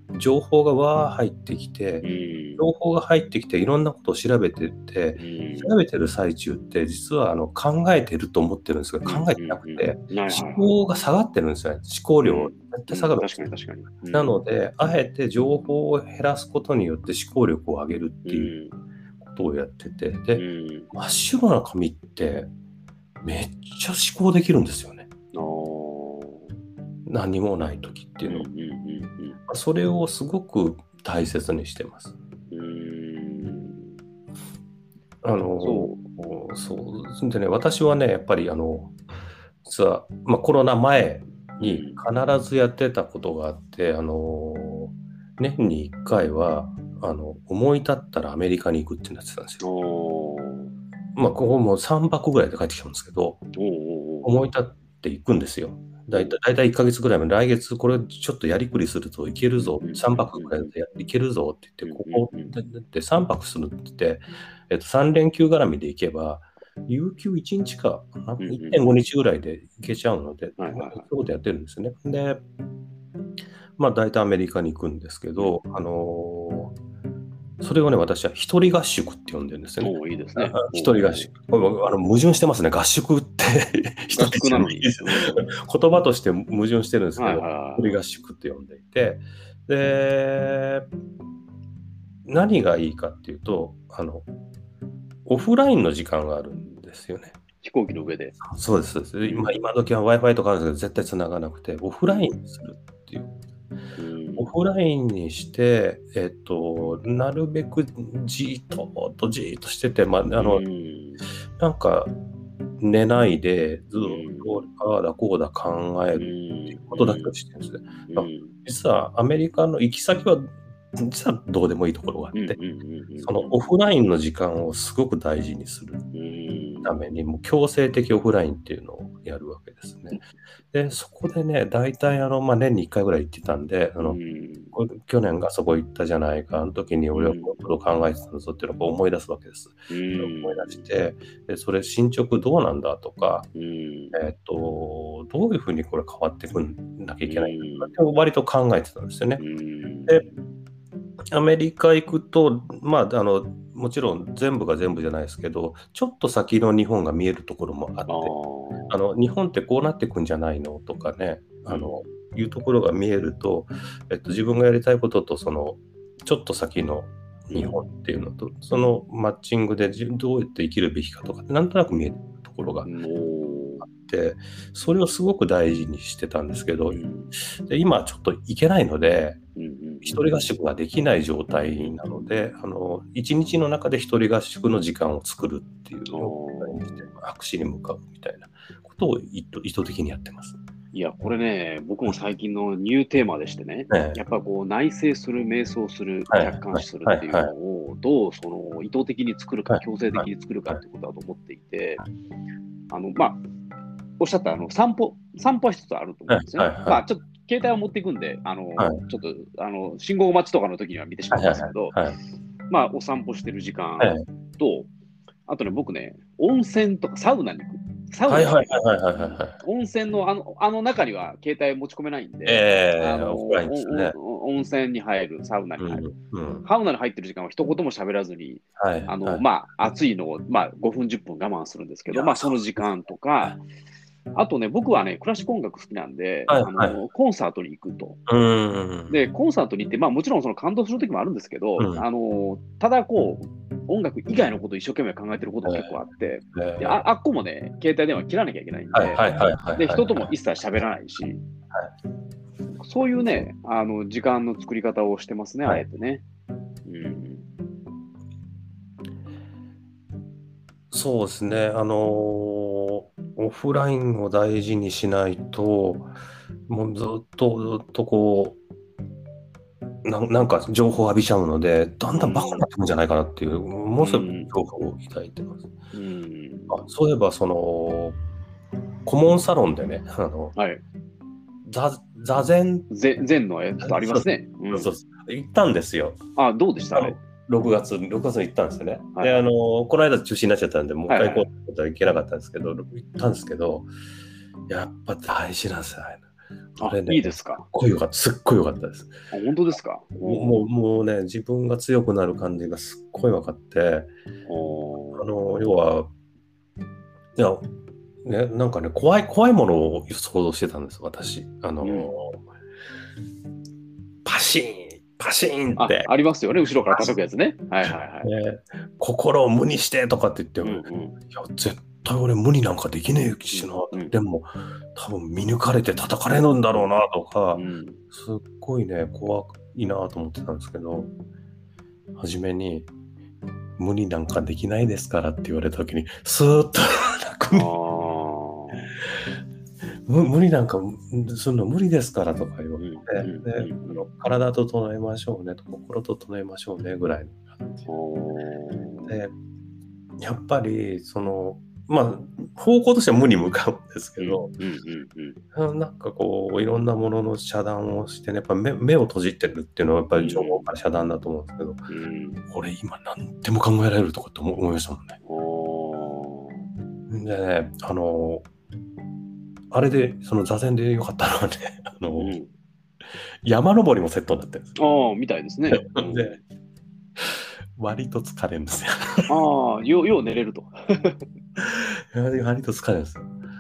情報がわー入ってきて、 うん、 情報が入ってきていろんなことを調べてって、 うん、 調べてる最中って実はあの考えてると思ってるんですけど、考えてなくて、 うん、はいはい思はい。 考が下がってるんですよね。思考量うん、 絶対うん、 下がるんですよ。 確かに確かに。うん、 なので、あえて情報を減らすことによって思考力を上げるっうていうん、 ことをやってて、 うで、 ん、 真っ白な紙ってめっちゃ思考できるんですよね。 あー、 何もない時っていうのを。 うん、うん、うん、 それをすごく大切にしてます。 うん、うん、 あの、 そそうでね、私はね、やっぱりあの、実は、まあ、コロナ前う、うにん、 必ずやってたことがあって、あの、年にいっかいは、あの、思い立ったらアメリカに行くってなってたんですよ。 おー、 まあ、ここもさんぱくぐらいで帰ってきたんですけど、 おー、おー、 思い立っていくんですよ。だいたい、 おー、 だいたいいっかげつぐらい前、来月これちょっとやりくりするといけるぞ、 うん、うん、 さんぱくうん、 ぐらいでいけるぞって言って、ここうん、 ででさんぱくするって言って、えっと、さん連休絡みで行けば、有給いちにちかうん、うん、 いってんごにちぐらいで行けちゃうので、 はいはいそういうはい。 ことやってるんですよね。で、まあ大体アメリカに行くんですけうん、 ど、あのーそれをね、私は一人合宿って呼んでるんですよね。 おー、いいですあね。 一人合宿。これあの矛盾してますね。合宿って一合人じゃ宿なのに。 ないですよ。 うん。 言葉として矛盾してるんですけはいど、 は一人合宿って呼んでいて、で、何がいいかっていうと、あの、オフラインの時間があるんですよね。 い。飛行機の上で。 そうです、そうです。 うん。 今、今時は Wi-Fi とかあるんですけど、絶対繋がなくて、オフラインにするっていう。 うん。 オフラインにして、えっと、なるべくじーっととじーっとしてて、まあ、あうの、 ん。 なんか寝ないでずうっん。 とああだこうだ考えうるっていうん。 ことだけをしてるんですね。 うだからん。 実はアメリカの行き先は実はどうでもいいところがあうん。うって、そのオん。 フラインの時間をすごく大事にするうん。 ために、もう強制的オフラインっていうのをやるわけですね。で、そこでね、大体あの、まあ、年にいっかいぐらい行ってたんで、あうの、 ん。 こ去年がそこ行ったじゃないか、あの時に俺はこういうことを考えてたんだぞっていうのを思い出すわけです。 う思い出しん。 て、で、それ進捗どうなんだとか、 うん。 えっと、どういうふうにこれ変わっていくんなきゃいけないんだとかうん。 って割と考えてたんですよね。 うん。 で、アメリカ行くと、まあ、あの、もちろん全部が全部じゃないですけど、ちょっと先の日本が見えるところもあっあて、ああ。 の、日本ってこうなってくんじゃないのとかね、あの、 うん。 いうところが見えると、えっと、自分がやりたいことと、その、ちょっと先の日本っていうのと、そのマッチングで自分どうやって生きるべきかとか、なんとなく見えるところがあっもて、それをすごく大事にしてたんですけう。 ど、 うん。 で今ちょっと行けないので、 うん。 一人合宿ができない状態なので、あの、一日の中で一人合宿の時間を作るっていうあのをあ。 白紙に向かうみたいなことを意図意図的にやってます。 いや、これね、僕も最近のニューテーマでしてね、 ねやっぱこう内省する、瞑想する、 はい客観視するはいはいっていうのをどうその意図的に作るか、 はい強制的はいに作るかはいってことだと思っていて、あの、まあ、おっしゃったあの散歩、散歩は一つあると思うんですよね。 はいはいまあ、ちょっと携帯を持っていくんで、あの、 はいちょっと、あの、信号待ちとかの時には見てしまはいはいうんですけど、 はいまあ、お散歩してる時間はいと、あとね、僕ね、温泉とかサウナに行く。サウはいナに行く。 はいはいはいはいはい。 温泉のあのあの中には携帯持ち込めないんで、あのええ、オフラインですね。 おお温泉に入る、サウナにうん入る。 うん。 サウナに入ってる時間は一言も喋らずに、 はいあのはい。 まあ、暑いのを、まあ、ごふん、じゅっぷん我慢するんですけど、 いや、 まあ、そのそうです時間とか、あとね、僕はね、クラシック音楽好きなんで、 はいはい。 あのコンサートに行くと。 うーん。 で、コンサートに行って、まあ、もちろんその感動する時もあるんですけど、 うん。 あのただこう、音楽以外のことを一生懸命考えてることも結構あって、でああっこもね、携帯電話切らなきゃいけないんで、 はいはいはいはいで、 はい。 人とも一切喋らないし、そういうね、あの時間の作り方をしてますね、 はいあえてね。うん。 そうですね。あのーオフラインを大事にしないと、もうずっとずっとこう、ななんか情報を浴びちゃうので、だんだんバカになってくるんじゃないかなっていう、ものすごく恐怖を抱いてます。 うん。 あ、そういえば、その、顧問サロンでね、あの、 はい。 座座禅、 ぜ禅のやつとありますね。うん。 そうそう行ったんですよ。 あ、どうでしたあのあれ。 ろくがつ、ろくがつに行ったんですよね。 はいで、あの、この間中止になっちゃったんで、もう一回はいはい行こうと思ったら行けなかったんですけど、行ったんですけど、やっぱ大事なんですよ、ああいうのあ、 あれね、 いいですか。 すっごいよかった、すっごいよかったです。 あ、本当ですか。 もう、もうね、自分が強くなる感じがすっごい分かって、 おあの、要は、いや、ね、なんかね、怖い、怖いものを想像してたんです、私。あの、うん、パシーン、パシーンっあ、 て。 ありますよね、後ろから叩くやつね。はいはいはい。 ね、心を無にしてとかって言っても、うんうん、いや、絶対俺無になんかできねえしな、うんうん、でも、多分見抜かれて叩かれるんだろうなとか、うん、すっごいね、怖いなと思ってたんですけど、初めに、無理なんかできないですからって言われたときに、スーッと楽に無理なんかするの無理ですからとか言われて、うんでうんうん、体整えましょうねと、心整えましょうねぐらいの感じで、やっぱりそのまあ方向としては無に向かうんですけど、うんうんうん、なんかこういろんなものの遮断をしてね、やっぱ 目, 目を閉じてるっていうのはやっぱり情報から遮断だと思うんですけど、うん、これ今何でも考えられるとかって思いましたもんね。でね、あのあれでその座禅でよかったのはね、あの、うん、山登りもセットになってるんですよ。ああ、みたいですね。 で、割と疲れるんですよ。 ああ、よう、よう寝れると。 割と疲れるんですよ。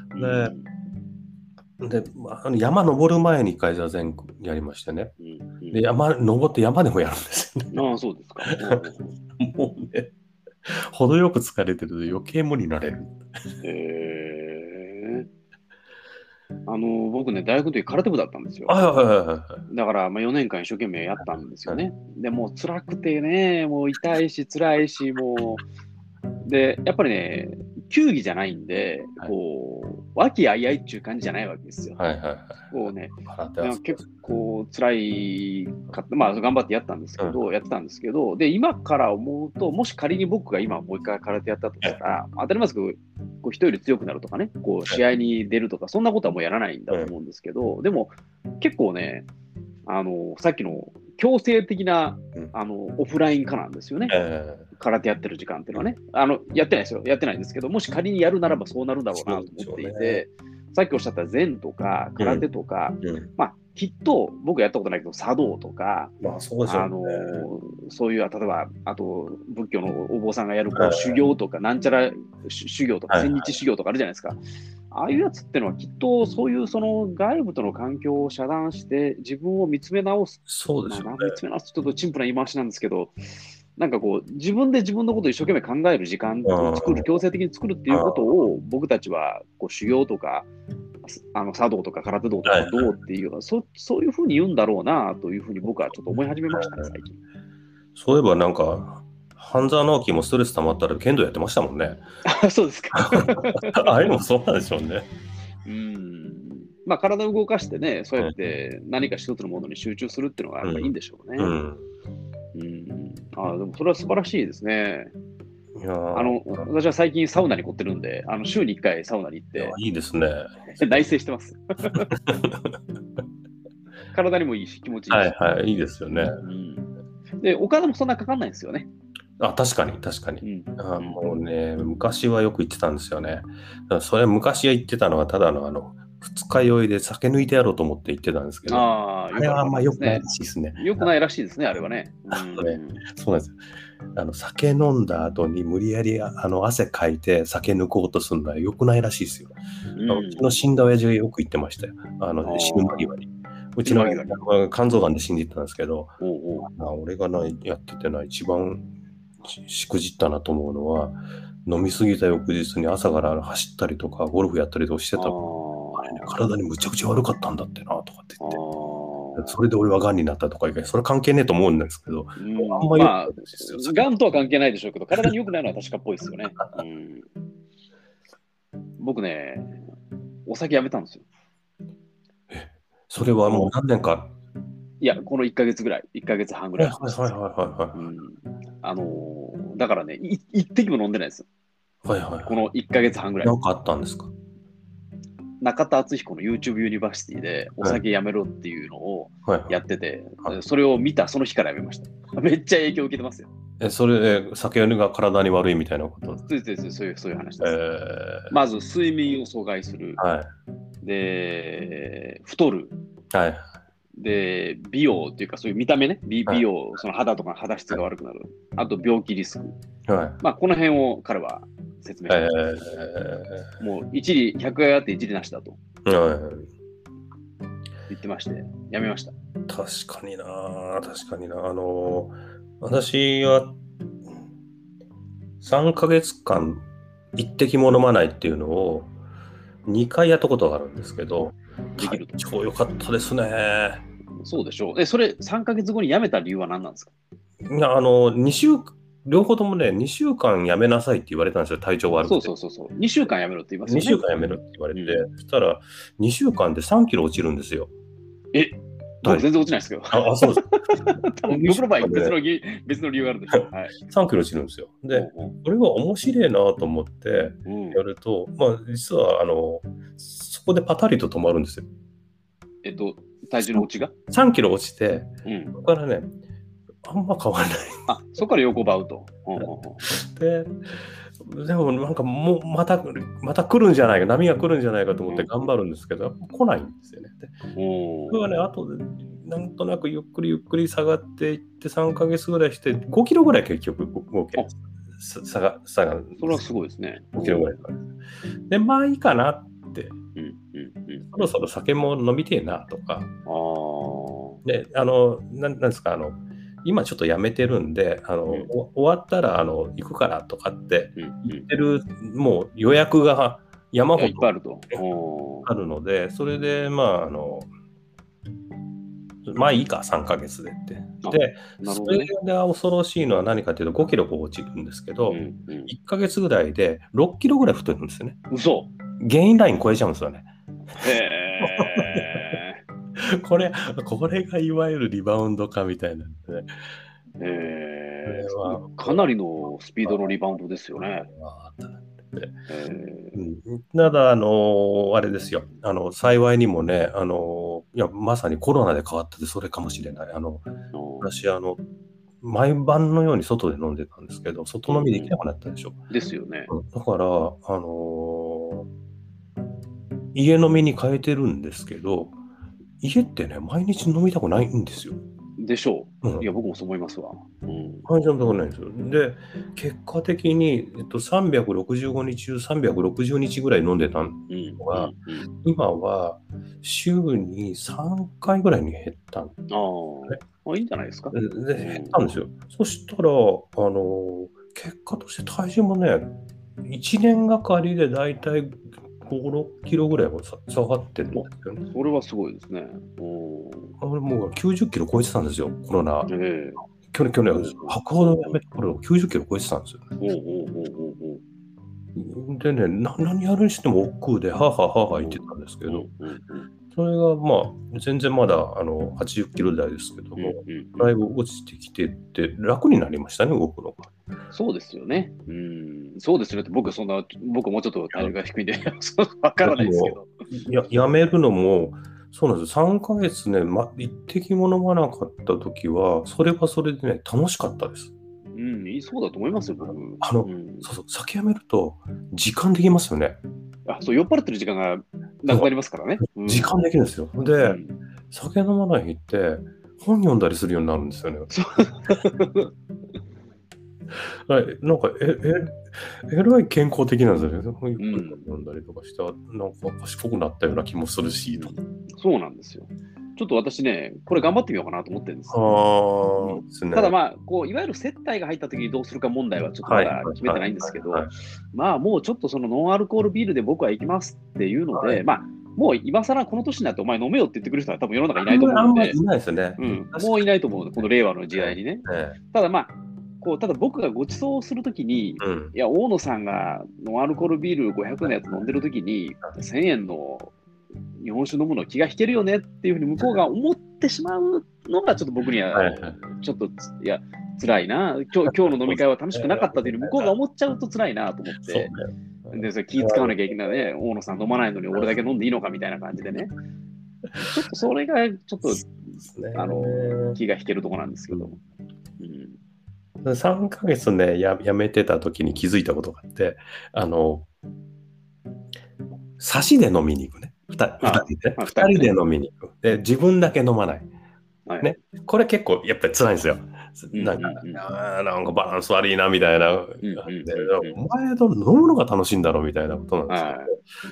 で、であの山登る前に一回座禅やりましてね。うんうん、で、山登って山でもやるんですよね。 ああ、そうですか。 もうね、程よく疲れてると余計無になれる。 へえ。あの僕ね、大学の時空手部だったんですよ。だから、まあ、よねんかん一生懸命やったんですよね。でもう辛くてね、もう痛いし辛いし、もう。で、やっぱりね、球技じゃないんで、はい、こう、和気あいあいっていう感じじゃないわけですよ。はいはいはい、こうね、結構辛いかった、まあ頑張ってやったんですけど、うん、やってたんですけど、で、今から思うと、もし仮に僕が今もう一回空手やったとしたら、当たり前ですけど、こう人より強くなるとかね、こう試合に出るとか、そんなことはもうやらないんだと思うんですけど、でも結構ね、あの、さっきの強制的な、あの、オフライン化なんですよね。空手やってる時間っていうのはね。あの、やってないですよ。やってないんですけど、もし仮にやるならばそうなるだろうなと思っていて、さっきおっしゃった禅とか空手とか、まあ、きっと僕やったことないけど茶道とか、まあそうですよね、あのそういう例えばあと仏教のお坊さんがやるこう修行とかなんちゃら修行とか千日修行とかあるじゃないですか。ああいうやつってのはきっとそういうその外部との環境を遮断して自分を見つめ直す。そうですよね。まあ、見つめ直すちょっと陳腐な言い回しなんですけど、なんかこう自分で自分のことを一生懸命考える時間を作る、強制的に作るっていうことを僕たちはこう修行とかあの茶道とか空手道とかどうっていうのは、はい、そ, そういうふうに言うんだろうなというふうに僕はちょっと思い始めましたね、最近。 そういえばなんか半沢直樹もストレス溜まったら剣道やってましたもんね。 そうですか。 ああいうのもそうなんでしょうね。 うん、まあ体を動かしてね、そうやって何か一つのものに集中するっていうのがやっぱいいんでしょうね。うんうんうん、あでもそれは素晴らしいですね。いやあの私は最近サウナに凝ってるんで、あの週にいっかいサウナに行って、 いいですね。 内省してます。体にもいいし、気持ちいいし。 はいはい、いいですよね。 うん、で、お金もそんなかかんないんですよね。 あ、確かに確かに、うん、あもうね、昔はよく行ってたんですよね。それ昔は行ってたのはただのあの二日酔いで酒抜いてやろうと思って行ってたんですけど、ああれはあんま良くないらしいですね。 良くないらしいですね、あれはね。 うん、ねそうなんですよ。あの酒飲んだ後に無理やりあの汗かいて酒抜こうとするのは良くないらしいですよ。うん、うちの死んだ親父がよく言ってましたよ。あの死ぬ間際に。うちの肝臓がんで死んでいったんですけど、おうおう俺がなやっててな一番しくじったなと思うのは、飲みすぎた翌日に朝から走ったりとかゴルフやったりとかしてたら、あれね、体にむちゃくちゃ悪かったんだってなとかって言って、それで俺はがんになったとか言うそれ関係ねえと思うんですけど、うん、 あんまり、まあ、がんとは関係ないでしょうけど、体に良くないのは確かっぽいですよね。うん、僕ね、お酒やめたんですよ。 え、それはもう何年か。 いや、このいっかげつぐらい、いっかげつはんぐらい。 はいはいはいはい、はい、うん。 あのー、だからね、い一滴も飲んでないです。はいはいはい、このいっかげつはんぐらい。 何かあったんですか？ 中田敦彦の YouTube ユニバーシティでお酒やめろっていうのをやってて、はいはいはい、それを見たその日からやめました。めっちゃ影響を受けてますよ。 え、それで酒飲みが体に悪いみたいなこと？ そうですそういう、そういう話えです。 ー、 まず睡眠を阻害する。 はい。 で、太る。 はい。 で、美容っていうか、そういう見た目ね、美、 はい。 美容、その肌とか肌質が悪くなる。あと、病気リスク。 はい。 まあ、この辺を彼は説明しましたね。 えもう、一理、百害あって一理なしだとー、はい。 言ってまして、やめました。 確かにな、確かにな。あの、私はさんかげつかん一滴も飲まないっていうのをにかいやったことがあるんですけど、体できると。 調良かったですね。 そうでしょう。え、それさんかげつごに辞めた理由は何なんですか？ いや、あの、に週、両方ともね、にしゅうかんやめなさいって言われたんですよ、体調悪そうくて。 そうそうそう。にしゅうかん辞めろって言いますよ 2週ね。 間やめろって言われて、 うん。 そしたらにしゅうかんでさんキロ落ちるんですよ。 え、僕体重。 全然落ちないですけど。 あ、あそうです。 多分 2 僕の場合週間で別の理、別の理由があるんでしょう。はい。 さんキロ落ちるんですよ。で、 おうこれは面白いなと思っておううん。 やると、まあ、実は、あの、そこでパタリと止まるんですよ。 えっと、体重の落ちがさんキロ落ちて、 うん。 そこからね、あんま変わらない。 あ、そこから横ばうと。ほうほうほで、でもなんかもうまた、また来るんじゃないか、波が来るんじゃないかと思って頑張るんですけど、来ないんですよね。で、 うおーそれはね、あとで、なんとなくゆっくりゆっくり下がっていってさんかげつぐらいして、ごキロぐらい結局合計あ、 下が下がるんです。 それはすごいですね。 ごキロぐらい下がる。で、まあいいかなって、 うん、うん、うん。 そろそろ酒も飲みてえなとか、 ああ、 で、あの、なんなんですか、あの、今ちょっとやめてるんで、あの、 うん、 お終わったらあの行くからとかってうん、うん。 言ってる、もう予約が山いや、 ほどいっぱいあると。おーあるので、それで、まあ、あの、まあいいか、さんかげつでって。 あ、 で、それなるほどね。 が恐ろしいのは何かというと、ごキロこう落ちるんですけど、 うん、うん。 いっかげつぐらいでろっキロぐらい太るんですよね。 嘘。 ゲインライン超えちゃうんですよね。 へえ。 これ、これがいわゆるリバウンドかみたいなんでね。これえー、 は、 かなりのスピードのリバウンドですよね。 あーってうえー、 ん、ただ、あのあれですよ、あの幸いにもね、あのいや、まさにコロナで変わってて、それかもしれない。あのの私あの、毎晩のように外で飲んでたんですけど、外うんう飲みできなくん、 なったでしょ。 ですよね。 うん、だから、あの家飲みに変えてるんですけど、家ってね、毎日飲みたくないんですよ。 でしょう。いうん。 や、僕もそう思いますわ。うん。 毎日飲みたくないんですよ。で、結果的に、えっと、さんびゃくろくじゅうごにち中さんびゃくろくじゅうにちぐらい飲んでたのうん、うが、 ん、うん。 今は週にさんかいぐらいに減ったんでああ、まあ、いいんじゃないですか。 でう減っん。 たんですよ。そしたら、あの、結果として体重もね、いちねんがかりでだいたいご、ろっキロぐらいはさ下がってるんでお、 すよね。 それはすごいですね。おあれもうきゅうじゅっキロ超えてたんですよ、コロナ。 ええ去年、去年、 おう白鵬のやめた頃きゅうじゅっキロ超えてたんですよ。 おうおうおうおうおうでね、な何やるにしても億劫で、はあはあはあはあ言ってたんですけど、 うんうんうんそれがまあ、全然まだあのはちじゅっキロ台ですけどうんも、 うんうんだいぶ落ちてきてって楽になりましたね、動くのが。 そうですよね。うん、そうですよねって、僕そんな、僕もうちょっと体重が低いんで、そうわからないですけど。 ややめるのも、そうなんですよ。さんかげつね、ま、一滴も飲まなかった時は、それはそれでね、楽しかったです。 うん、いいそうだと思いますよ、僕。 あの、 うん、 そうそう、酒やめると、時間できますよね。 あ、そう、酔っ払ってる時間がなくなりますからね。うん、 時間できるんですよ。で、 うん、 酒飲まない日って、本読んだりするようになるんですよね。 そうはい、なんか、え、え、えらい健康的なんですよね。ゆっくりうん飲んだりとかして、なんか賢くなったような気もするし、と。 そうなんですよ。ちょっと私ね、これ頑張ってみようかなと思ってるんです。 ああ、ですね。 ただまあ、こういわゆる接待が入った時にどうするか問題はちょっとまだ決めてないんですけど、 はいはいまあもうちょっとそのノンアルコールビールで僕は行きますっていうので、 はい、 まあもう今更この年になってお前飲めよって言ってくる人は多分世の中いあないとんまりあんまり思うんで、 いないですよね。 うん、 確かもういないと思う、この令和の時代にね。 にね。 ただまあ、こうただ僕がご馳走をするときに、いうん。 や、大野さんがノンアルコールビールごひゃくえんのやつ飲んでるときに、せんえんの日本酒飲むの気が引けるよねっていうふうに向こうが思ってしまうのがちょっと僕にははいはい。 ちょっとついや辛いな今日、今日の飲み会は楽しくなかったというふうに向こうが思っちゃうと辛いなと思っそうて、 ね。 でそれ気使わなきゃいけないね、大野さん飲まないのに俺だけ飲んでいいのかみたいな感じでね、ちょっとそれがちょっとですね。 あの気が引けるところなんですけど、うん、 さんかげつねや、やめてた時に気づいたことがあって、あの、差しで飲みに行くね。ふたりでね。ふたりで飲みに行く。で、自分だけ飲まない。 はい、 ね。これ結構やっぱり辛いんですよ。なんか、 うんうんうん、 あなんかバランス悪いなみたいな。 うんうんうんうん、 お前と飲むのが楽しいんだろうみたいなことなんですけど、 はい、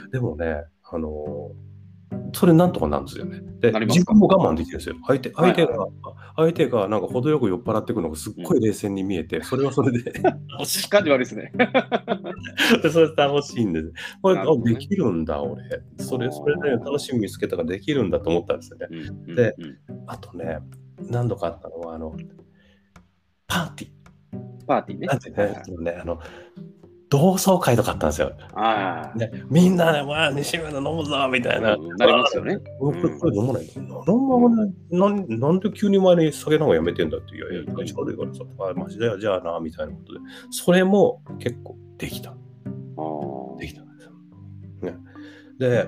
でもね、あのそれなんとかなるんですよね。で、自分も我慢できるんですよ。相手、相手が、はいはい、相手がなんか程よく酔っ払ってくるのがすっごい冷静に見えて、うん、それはそれで楽しい。感じ悪いですね。 それ楽しいんです。これ、ね、できるんだ、俺。それ、それで、ね、楽しみ見つけたからできるんだと思ったんですよね。うん、で、うん、あとね、何度かあったのは、あの、パーティー。 パーティーね。 パーティーね、はいはい、ね、あの、同窓会とかあったんですよ。 あね、みんなで、わあ、西村飲むぞみたいな。 うん、なりますよね。 僕、これ飲まないの。なんで急に前に酒なんかやめてんだって、いやいや、体調悪いからさ、あ、マジだよ、じゃあな、みたいなことで。それも結構できた。できたんですよ。ね。で、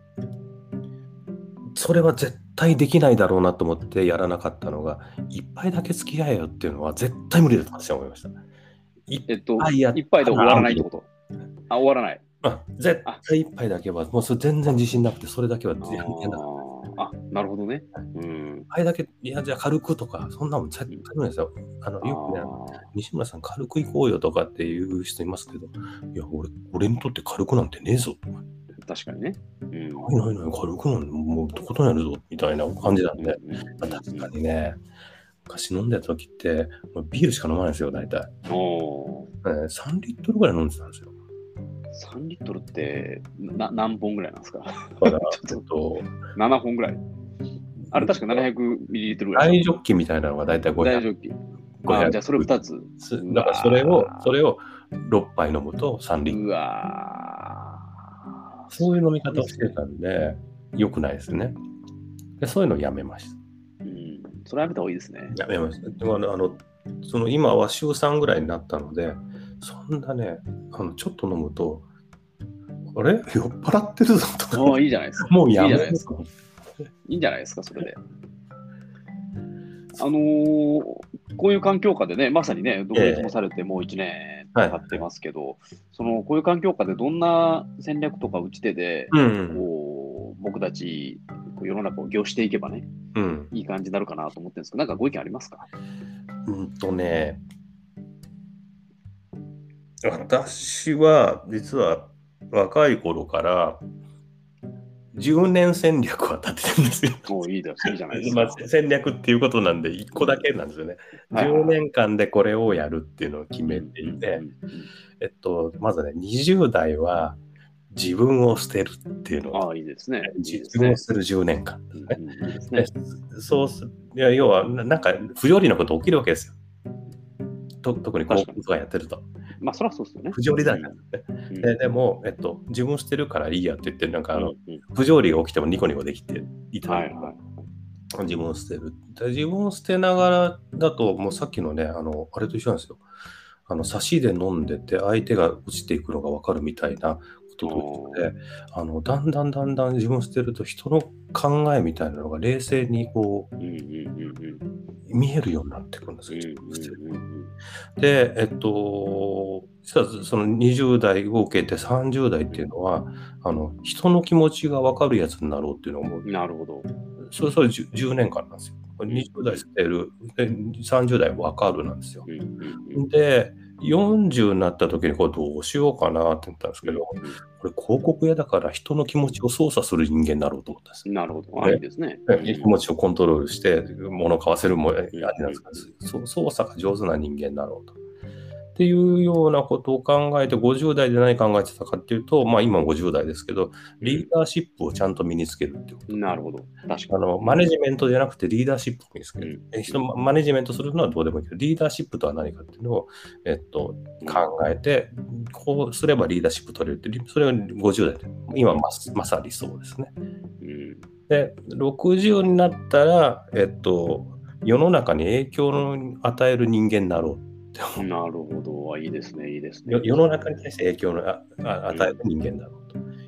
それは絶対できないだろうなと思ってやらなかったのが、一杯だけ付き合えよっていうのは絶対無理だと私は思いました。 えっと、一杯で終わらないってこと？あ、終わらない。 あ、絶対一杯だけは、もうそれ全然自信なくて、それだけは全然なかった。あ、なるほどね。 うん。一杯だけ、いや、じゃあ軽くとか、そんなもん絶対無理ですよ。あの、よくね、西村さん軽く行こうよとかっていう人いますけど、いや、俺、俺にとって軽くなんてねえぞとか。 確かにね。 うん、ないないない、軽くなんてもうとことんやるぞみたいな感じなんで、まあ、確かにね、昔飲んでた時って、ビールしか飲まないんですよ、大体。おー、えー、さんリットルぐらい飲んでたんですよ。 さんリットルってな何本ぐらいなんですか？ だからちょっとななほんぐらい。あれ確かななひゃくミリリットルぐらい。 大ジョッキみたいなのが大体ごひゃく。 大ジョッキ。あ、じゃあそれふたつ。 だからそれを、それをろっぱい飲むとさんリットル。うわー、そういう飲み方をしてたんで、良くないですね。でそういうのをやめました。 うん、それはやめた方がいいですね。 やめました。でもあの、あのその今は週さんぐらいになったので、そんなね、あのちょっと飲むと、あれ酔っ払ってるぞとか。 もういいじゃないですか。 もうやめる。いいいんじゃないですか、それで。あのー、こういう環境下でね、まさにね、独立もされてもういちねん経ってますけど、はい、そのこういう環境下でどんな戦略とか打ち手で、うん、こう僕たち世の中を業していけばね、うん、いい感じになるかなと思ってるんですけど、なんかご意見ありますか？ うんとね、私は実は若い頃からじゅうねん戦略は立ててるんですよ。 おいいですいいじゃないですか。 まあ、戦略っていうことなんでいっこだけなんですよね。うん、じゅうねんかんでこれをやるっていうのを決めていて、えっと、まずね、にじゅう代は自分を捨てるっていうのを、 ああ、いいですね。 自分を捨てるじゅうねんかんですね。そうす、いや要は、なんか不条理なこと起きるわけですよ。と特に高校とかやってると。 まあ、そりゃそうですよね。 不条理だからね。うん、で, でも、えっと、自分捨てるからいいやって言って、なんかあの、うんうん、不条理が起きてもニコニコできていた、はいはい、自分を捨てる。で自分を捨てながらだと、もうさっきのね、あの、あれと一緒なんですよ。あの、差しで飲んでて、相手が落ちていくのが分かるみたいなこととで、あの、だんだんだんだん自分を捨てると、人の考えみたいなのが冷静にこう、うんうんうんうん、見えるようになってくるんですよ。うんうんうん、で、えっと、実はそのにじゅう代を受けてさんじゅう代っていうのは、あの、人の気持ちが分かるやつになろうっていうのを思う。 なるほど。 それそれじゅうねんかんなんですよ。にじゅう代捨てる、さんじゅう代分かるなんですよ。うんうんうん、で、よんじゅうになった時にこれどうしようかなって言ったんですけど、うんうん、これ広告屋だから人の気持ちを操作する人間になろうと思ったんです。 なるほど。あ、いいですね。 気持ちをコントロールして物を買わせるもあれなんですけど、操作が上手な人間になろうと。っていうようなことを考えて、ごじゅう代で何考えてたかっていうと、まあ今ごじゅう代ですけど、リーダーシップをちゃんと身につけるっていうこと。 なるほど。確かに。 あの、マネジメントじゃなくてリーダーシップを身につける。うん、人マネジメントするのはどうでもいいけど、リーダーシップとは何かっていうのを、えっと、考えて、こうすればリーダーシップ取れるって、それがごじゅう代で、今ま、まさにそうですね。うん、で、ろくじゅうになったら、えっと、世の中に影響を与える人間になろう。 なるほど。いいですね、いいですね。 世の中に対して影響を与える人間だろうと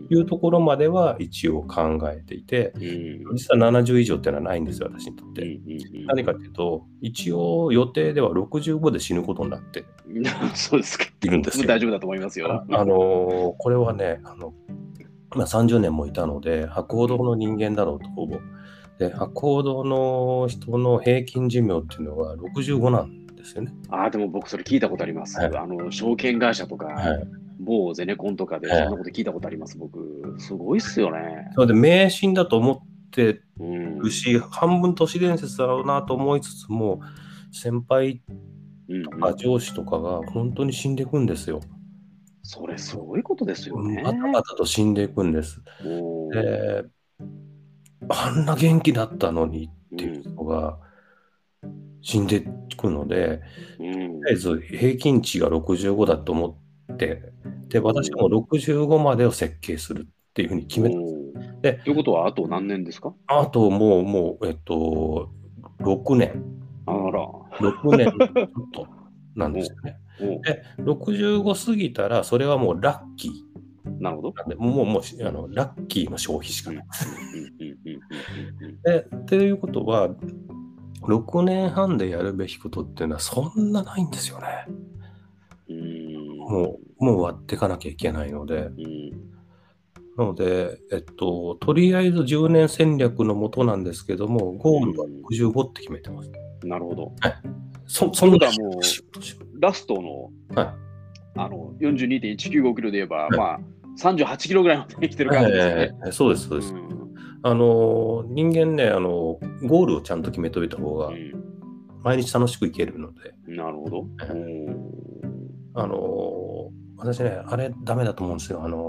いうところまでは一応考えていて、 うん実はななじゅう以上っていうのはないんですよ、私にとっうんて。 うん何かっていうと、一応予定ではろくじゅうごで死ぬことになってうんそうですか。 いるんですよ。 大丈夫だと思いますよ。 ああのーこれはね、あのまあ、さんじゅうねんもいたので、博報堂の人間だろうと、ほぼ。で、博報堂の人の平均寿命っていうのがろくじゅうごなんですよね。 ああ、でも僕それ聞いたことあります。 はいあの、証券会社とか、 はい。 某ゼネコンとかでそんなこと聞いたことあります、僕。すごいっすよね。 それで迷信だと思ってうん。 るし、半分都市伝説だろうなと思いつつも、先輩うんとか上司とかが本当に死んでいくんですよ。 それすごいことですよね。 バタバタと死んでいくんです。 おーで、あんな元気だったのにっていう人が死んでいくので、 うんとりあえず平均値がろくじゅうごだと思って、で、私もろくじゅうごまでを設計するっていうふうに決めたんです。 おーで、 ということは、あと何年ですか？ あともう、もう、えっと、ろくねん、 あら。 ろくねんちょっとなんですよね。 おで、ろくじゅうご過ぎたら、それはもうラッキーなるほど。 なんで、もう、もう、あのラッキーの消費しかうんない。 うんうんうんうんうんで、っていうことは、ろくねんはんでやるべきことっていうのはそんなないんですよね。 うんうんもう、もう割っていかなきゃいけないので。 うんなので、えっと、とりあえずじゅうねん戦略のもとなんですけども、ゴールはろくじゅうごって決めてます。 なるほど。 そ、 そんそんななもう、ラストの、 はあの よんじゅうにてんいちきゅうごキロで言えば、 い。 まあ、さんじゅうはちキロぐらいまで来てる感じですよね。 えーそうです、そうです。 うんあの、人間ね、あの、ゴールをちゃんと決めておいた方が、毎日楽しくいけるので、 うんなるほど。 えーうんあの、私ね、あれダメだと思うんですよ。あの、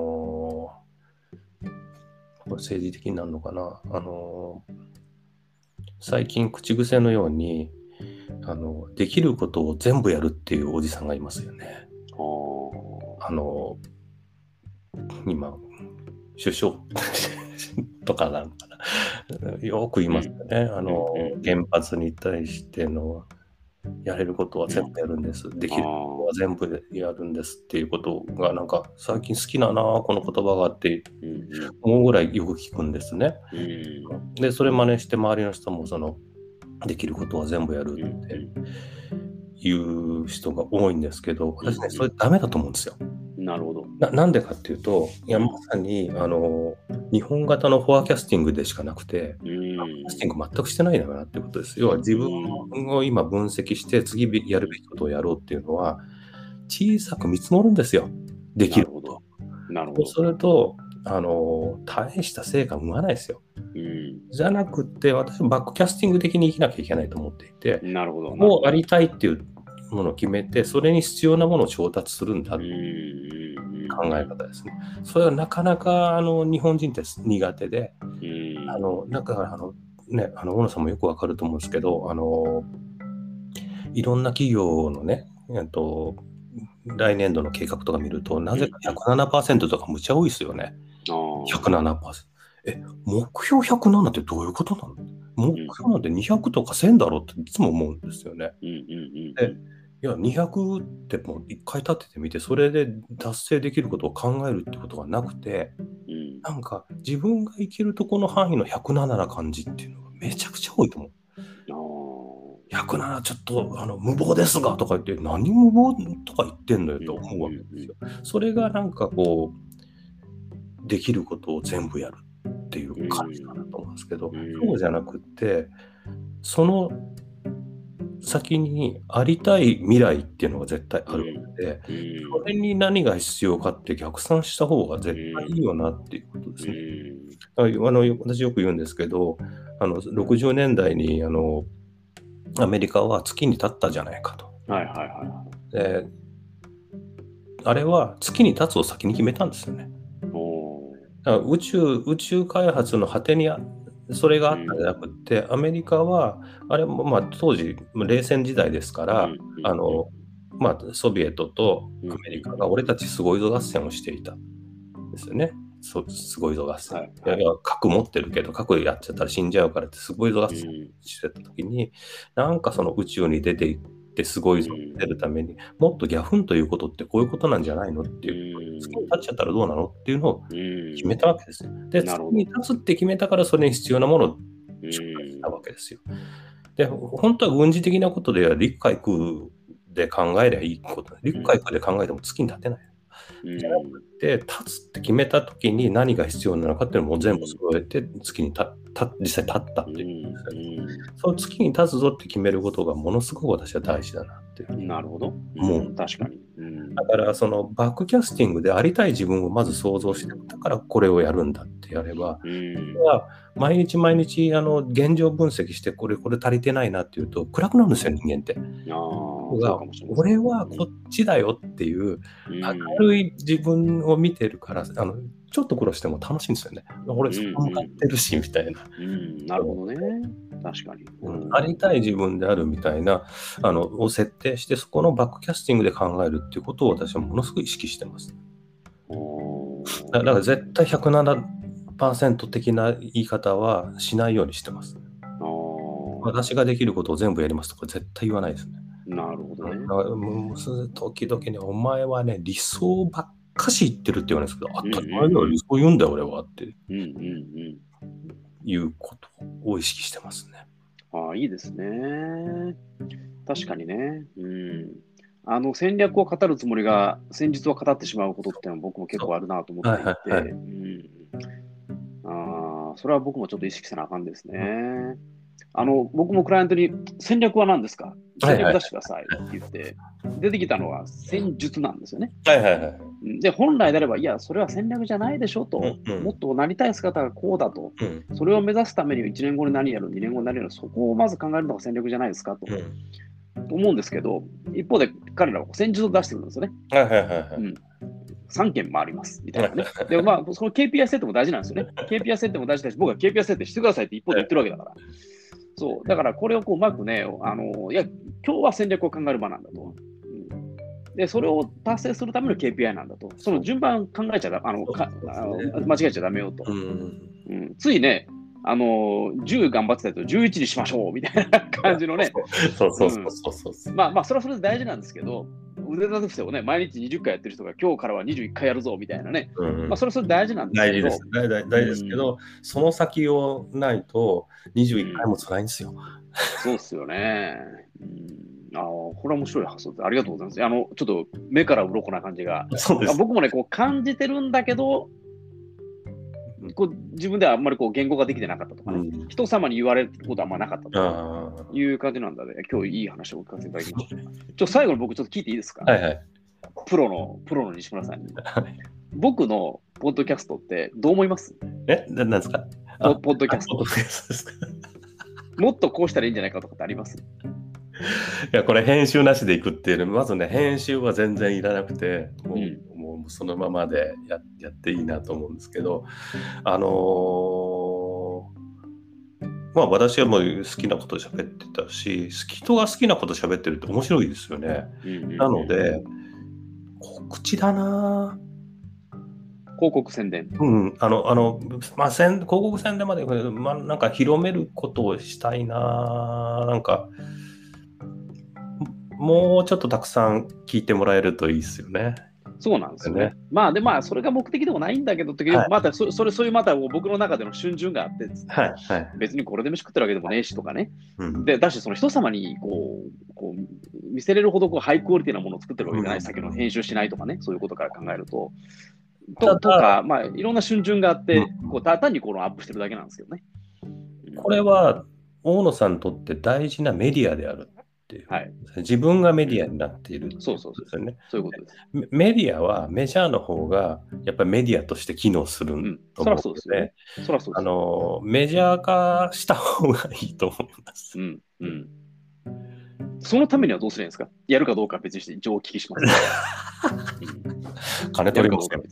これ政治的になるのかな。あの、最近口癖のように、あの、できることを全部やるっていうおじさんがいますよね。 ああの、今、首相とかなんかな。よく言いますよね。あの、原発に対してのやれることは全部やるんです。できることは全部やるんですっていうことが、なんか最近好きだな、この言葉があって思うぐらいよく聞くんですね。で、それ真似して周りの人もその、できることは全部やるっていう人が多いんですけど、私ね、それダメだと思うんですよ。 なるほど。 な, なんでかっていうと、いやまさにあの日本型のフォアキャスティングでしかなくて、フォアキャスティング全くしてないんだなってことです。要は自分を今分析して次やるべきことをやろうっていうのは小さく見積もるんですよ。できること。 なるほど。 そうするとあの大した成果生まないですよ。じゃなくて私はバックキャスティング的に生きなきゃいけないと思っていて、 なるほど。 こうありたいっていうものを決めて、それに必要なものを調達するんだっていう考え方ですね。それはなかなかあの日本人って苦手で、あのなんかあのね、あの小野さんもよくわかると思うんですけど、あのいろんな企業のね、えっと来年度の計画とか見ると、なぜか ひゃくななパーセント とかむちゃ多いですよね。ひゃくななパーセント。え、目標ひゃくななってどういうことなの？目標なんてにひゃくとかせんだろうっていつも思うんですよね。で、いや、にひゃくってもう一回立ててみて、それで達成できることを考えるってことがなくて、なんか自分が生きるとこの範囲のひゃくななな感じっていうのがめちゃくちゃ多いと思う。ひゃくななちょっとあの無謀ですがとか言って、何無謀とか言ってんのよと思うわけですよ。それがなんかこう、できることを全部やるっていう感じかなと思うんですけど、そうじゃなくて、その先にありたい未来っていうのが絶対あるので、それに何が必要かって逆算した方が絶対いいよなっていうことですね。あの私よく言うんですけど、あのろくじゅうねんだいにあのアメリカは月に立ったじゃないかと。 はいはいはい。 で、あれは月に立つを先に決めたんですよね。だから宇宙、宇宙開発の果てにそれがあったんじゃなくて、アメリカは、あれもまあ当時、冷戦時代ですから、あの、まあソビエトとアメリカが俺たちすごいぞ合戦をしていたんですよね。そすごいぞ合戦。はい、いやいや核持ってるけど、核やっちゃったら死んじゃうからってすごいぞ合戦してた時に、なんかその宇宙に出て行ってってすごいぞってるために、もっとギャフンということってこういうことなんじゃないのっていう、月に立っちゃったらどうなのっていうのを決めたわけですよ。で、月に立つって決めたからそれに必要なものを紹介したわけですよ。で、本当は軍事的なことでは陸海空で考えればいいこと、陸海空で考えても月に立てない。じゃなくて、立つって決めたときに何が必要なのかっていうのも全部揃えて月に立た実際立ったっていう、その月に立つぞって決めることがものすごく私は大事だなっていう。 なるほど。 もう確かに。うん、 だからそのバックキャスティングでありたい自分をまず想像して、だからこれをやるんだってやれば、うん、は毎日毎日あの現状分析してこれこれ足りてないなっていうと暗くなるんですよ、人間って。あ俺はこっちだよっていう明るい自分を見てるから、あのちょっと苦労しても楽しいんですよね。俺そこ向かってるし、みたいな、 うんうん。なるほどね。確かに、 うん。ありたい自分であるみたいなあのを設定して、そこのバックキャスティングで考えるっていうことを私はものすごい意識してます。だから絶対ひゃくななパーセント 的な言い方はしないようにしてます。私ができることを全部やりますとか絶対言わないですね。 なるほどね。 もう時々ね、お前はね、理想ばっかし言ってるって言われるんですけど、あったり前だよ、理想言うんだよ、俺はって、うんうんうん、いうことを意識してますね。 ああ、いいですね。確かにね。うん。あの戦略を語るつもりが戦術を語ってしまうことっていうのは僕も結構あるなと思っていて、はいはいはい、うん、あそれは僕もちょっと意識せなあかんですね。うん、あの僕もクライアントに戦略は何ですか、戦略出してくださいって言って、はいはい、出てきたのは戦術なんですよね。はいはいはい、で本来であれば、いや、それは戦略じゃないでしょと、うんうん、もっとなりたい姿がこうだと、うん、それを目指すためにいちねんごに何やる、にねんごに何やる、そこをまず考えるのが戦略じゃないですかと。うんと思うんですけど、一方で彼らは戦術を出してくるんですよね。はいはいはいはい、うん、さんけん回りますみたいなね。で、まあ、その ケーピーアイ 設定も大事なんですよね。ケーピーアイ 設定も大事だし、僕は ケーピーアイ 設定してくださいって一方で言ってるわけだから。そう、だからこれをこううまくね、あのいや、今日は戦略を考える場なんだと。うん、で、それを達成するための ケーピーアイ なんだと。その順番考えちゃだ、あのかあの間違えちゃダメよと。うんうん、ついね、あのじゅう頑張ってたとじゅういちにしましょうみたいな感じのね。そうそうそうそうそう。まあまあ、それはそれで大事なんですけど、腕立て伏せをね、毎日にじゅっかいやってる人が今日からはにじゅういっかいやるぞみたいなね。うんうん、まあ、それはそれ大事なんですけど。大事です。大事大事ですけど、うん、 その先をないとにじゅういっかいも辛いんですよ。うん、 そうっすよね。うん、ああ、これは面白い発想です。ありがとうございます。あの、ちょっと目から鱗な感じが。そうです。僕もね、こう感じてるんだけど、こう自分ではあんまりこう言語ができてなかったとかね、うん、人様に言われることはあんまなかったという感じなんだね。今日いい話を聞かせていただきました。ちょっと最後に僕ちょっと聞いていいですか？はいはい。プロの、プロの西村さんに。僕のポッドキャストってどう思います？ え、なんですか？ ポ, ポッドキャスト。ですかもっとこうしたらいいんじゃないかとかってあります？いや、これ編集なしでいくっていうの、まずね、編集は全然いらなくて、もう、うん、もうそのままで や, やっていいなと思うんですけど、あのー、まあ私はもう好きなこと喋ってたし、人が好きなこと喋ってるって面白いですよね。うんうんうん、なので、告知だなぁ。 広告宣伝。 うん、あの、あの、まあ、宣広告宣伝まで、まあ、なんか広めることをしたいな、なんか、もうちょっとたくさん聞いてもらえるといいですよね。 そうなんですよね。ねまあ、で、まあ、それが目的でもないんだけど、はい、またそ、それ、そういうまた僕の中での瞬順があって、はいはい、別にこれで飯食ってるわけでもねえしとかね。うん、で、だし、その人様にこう、こう見せれるほどこうハイクオリティなものを作ってるわけじゃない、うん、先の編集しないとかね、そういうことから考えると。と, とか、まあ、いろんな瞬順があって、うん、こう単にこのアップしてるだけなんですけどね。 これは大野さんにとって大事なメディアであるっていう、はい、自分がメディアになっている、うん、 そうそうそうですね。そういうことです。 メディアはメジャーの方がやっぱりメディアとして機能すると思うので、あのメジャー化した方がいいと思います。うんうん。 そのためにはどうすればいいんですか？やるかどうかは別にして一応お聞きします。 うん、金取りますから。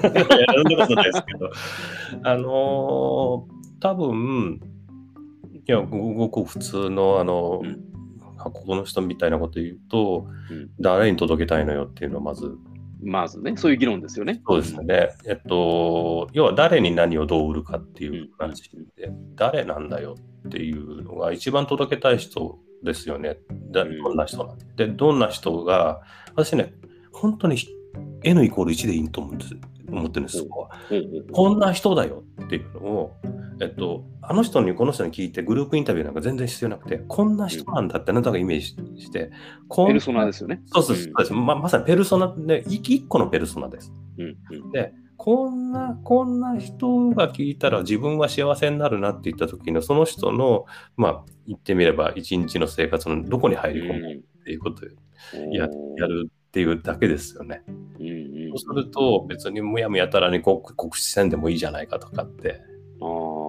いや、そんなことないですけど、あのー、多分、いや、ごく普通の、あの、うん、ここの人みたいなこと言うと、うん、誰に届けたいのよっていうのはまず。 まずね、そういう議論ですよね。 そうですね。えっと、要は誰に何をどう売るかっていう話で、うん、誰なんだよっていうのが一番届けたい人ですよね。 だどんな人なんで、どんな人が、私ね、本当に N イコールいちでいいと思うんです、思ってるんです、そこは。こんな人だよっていうのを、えっと、あの人にこの人に聞いてグループインタビューなんか全然必要なくて、こんな人なんだってあなたがイメージして、こんなペルソナですよね。 そうそうそうです、うんま。まさにペルソナで、一個のペルソナです。 うんうん、 で、こんな、こんな人が聞いたら自分は幸せになるなって言った時のその人の、まあ、言ってみれば一日の生活のどこに入り込むっていうことをや、うん、やるっていうだけですよね。うんうん、そうすると別にむやむやたらに告知せんでもいいじゃないかとかって、あ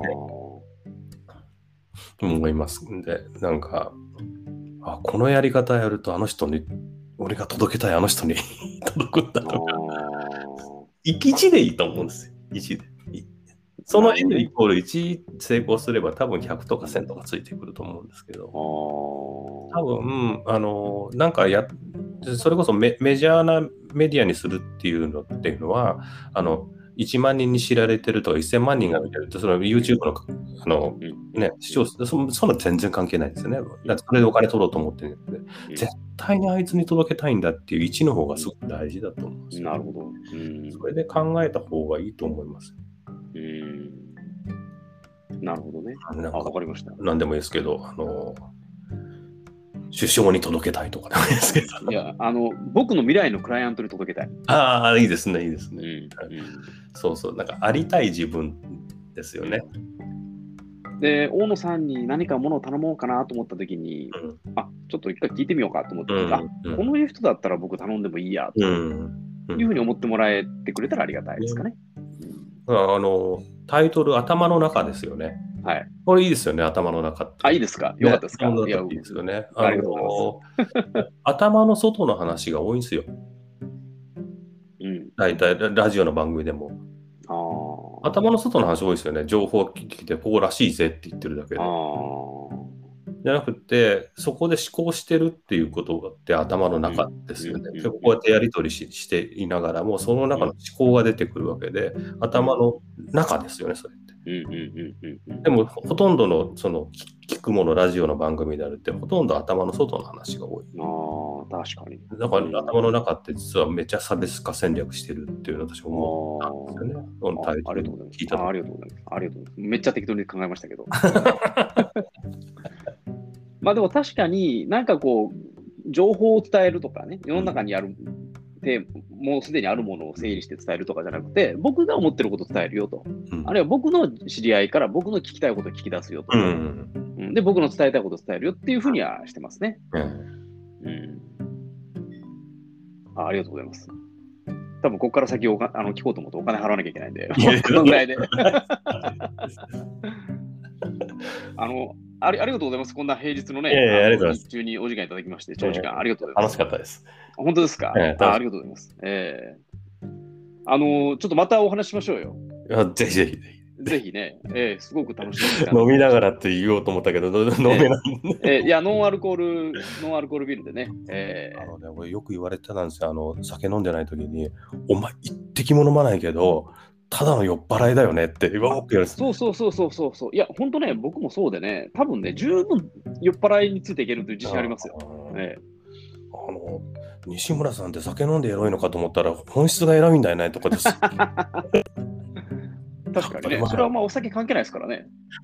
思いますんで、なんかあこのやり方やるとあの人に俺が届けたいあの人に届くんだとかいちでいいと思うんですよ。いちでその N イコールいち成功すれば多分ひゃくとかせんとかついてくると思うんですけど、多分あのなんかやそれこそ メ, メジャーなメディアにするっていうのっていうのはあのいちまんにんに知られてるとかせんまんにんが見てるとその YouTube の、あのね、視聴数 そ, そんな全然関係ないですよね。だってそれでお金取ろうと思ってるんで、絶対にあいつに届けたいんだっていういちの方がすごく大事だと思うんですよ。なるほど。うんそれで考えた方がいいと思います。 うんなるほどね。あ、わかりました。 何でもいいですけど、あの首相に届けたいとかでもいいですけど。 いや、あの僕の未来のクライアントに届けたい。 ああ、いいですね、いいですね、うんうん。そうそう、なんかありたい自分ですよね。 で、大野さんに何かものを頼もうかなと思ったときに、うん、あ、ちょっと一回聞いてみようかと思って、うん、あ、うん、この人だったら僕頼んでもいいやというふうに思ってもらえてくれたらありがたいですかね。 うん、あのタイトル、頭の中ですよね。はい。これいいですよね、頭の中って。 あ、いいですか。よかったですか。 ね、いや、いいですよね。ありがとうございます。頭の外の話が多いんですよ。うん。大体、ラジオの番組でも。あ頭の外の話多いですよね。情報聞いて、ここらしいぜって言ってるだけで。あじゃなくて、そこで思考してるっていうことって頭の中ですよね。うん、こうやってやり取り し, していながらも、その中の思考が出てくるわけで、頭の中ですよね、それって。でも、ほとんどのその聞くもの、ラジオの番組であるって、ほとんど頭の外の話が多い。 ああ、確かに。 だから、頭の中って実はめっちゃ差別化戦略してるっていうのを私は思ったんですよね。このタイトルありがとうございます。ありがとうございます。ありがとうございます。めっちゃ適当に考えましたけど。まあでも確かになんかこう情報を伝えるとかね、世の中にある、うん、もうすでにあるものを整理して伝えるとかじゃなくて、僕が思ってることを伝えるよと、うん、あるいは僕の知り合いから僕の聞きたいことを聞き出すよと、うんうん、で僕の伝えたいことを伝えるよっていうふうにはしてますね。うんうん、あ, ありがとうございます。多分ここから先おかあの聞こうと思うとお金払わなきゃいけないんで、このぐらいで。あのあり、ありがとうございます。こんな平日のね、 えー、 日中にお時間いただきまして、長時間、えー、ありがとうございます。 楽しかったです。 本当ですか、えー、あ, ありがとうございます。えー、あの、ちょっとまたお話しましょうよ。 ぜひぜひ。 ぜひね、えー、すごく楽しい。 飲みながらって言おうと思ったけど、飲めない、 えーえー。いや、ノンアルコール、ノンアルコールビールでね。えー、 あのね、俺よく言われてたんですよ。あの、酒飲んでない時に、お前一滴も飲まないけど、ただの酔っ払いだよねって言われて、 そうそうそうそうそうそう。いや、本当ね、僕もそうでね、多分ね、十分酔っ払いについていけるという自信ありますよ。あ,、ええ、 あの西村さんって酒飲んでエロいのかと思ったら、本質がエロいんだよねとかです。 確かにね、それはまあお酒関係ないですからね。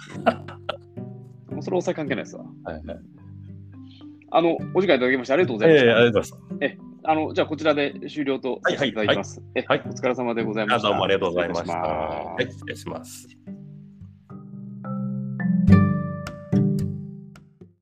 それはお酒関係ないですわ。はいはい、あの、お時間いただきましてありがとうございました。 えー、ありがとうございます。 えあのじゃあこちらで終了とさせていただきます。はいはいはい、えお疲れ様でございました。 どうもありがとうございました。はい、失礼します。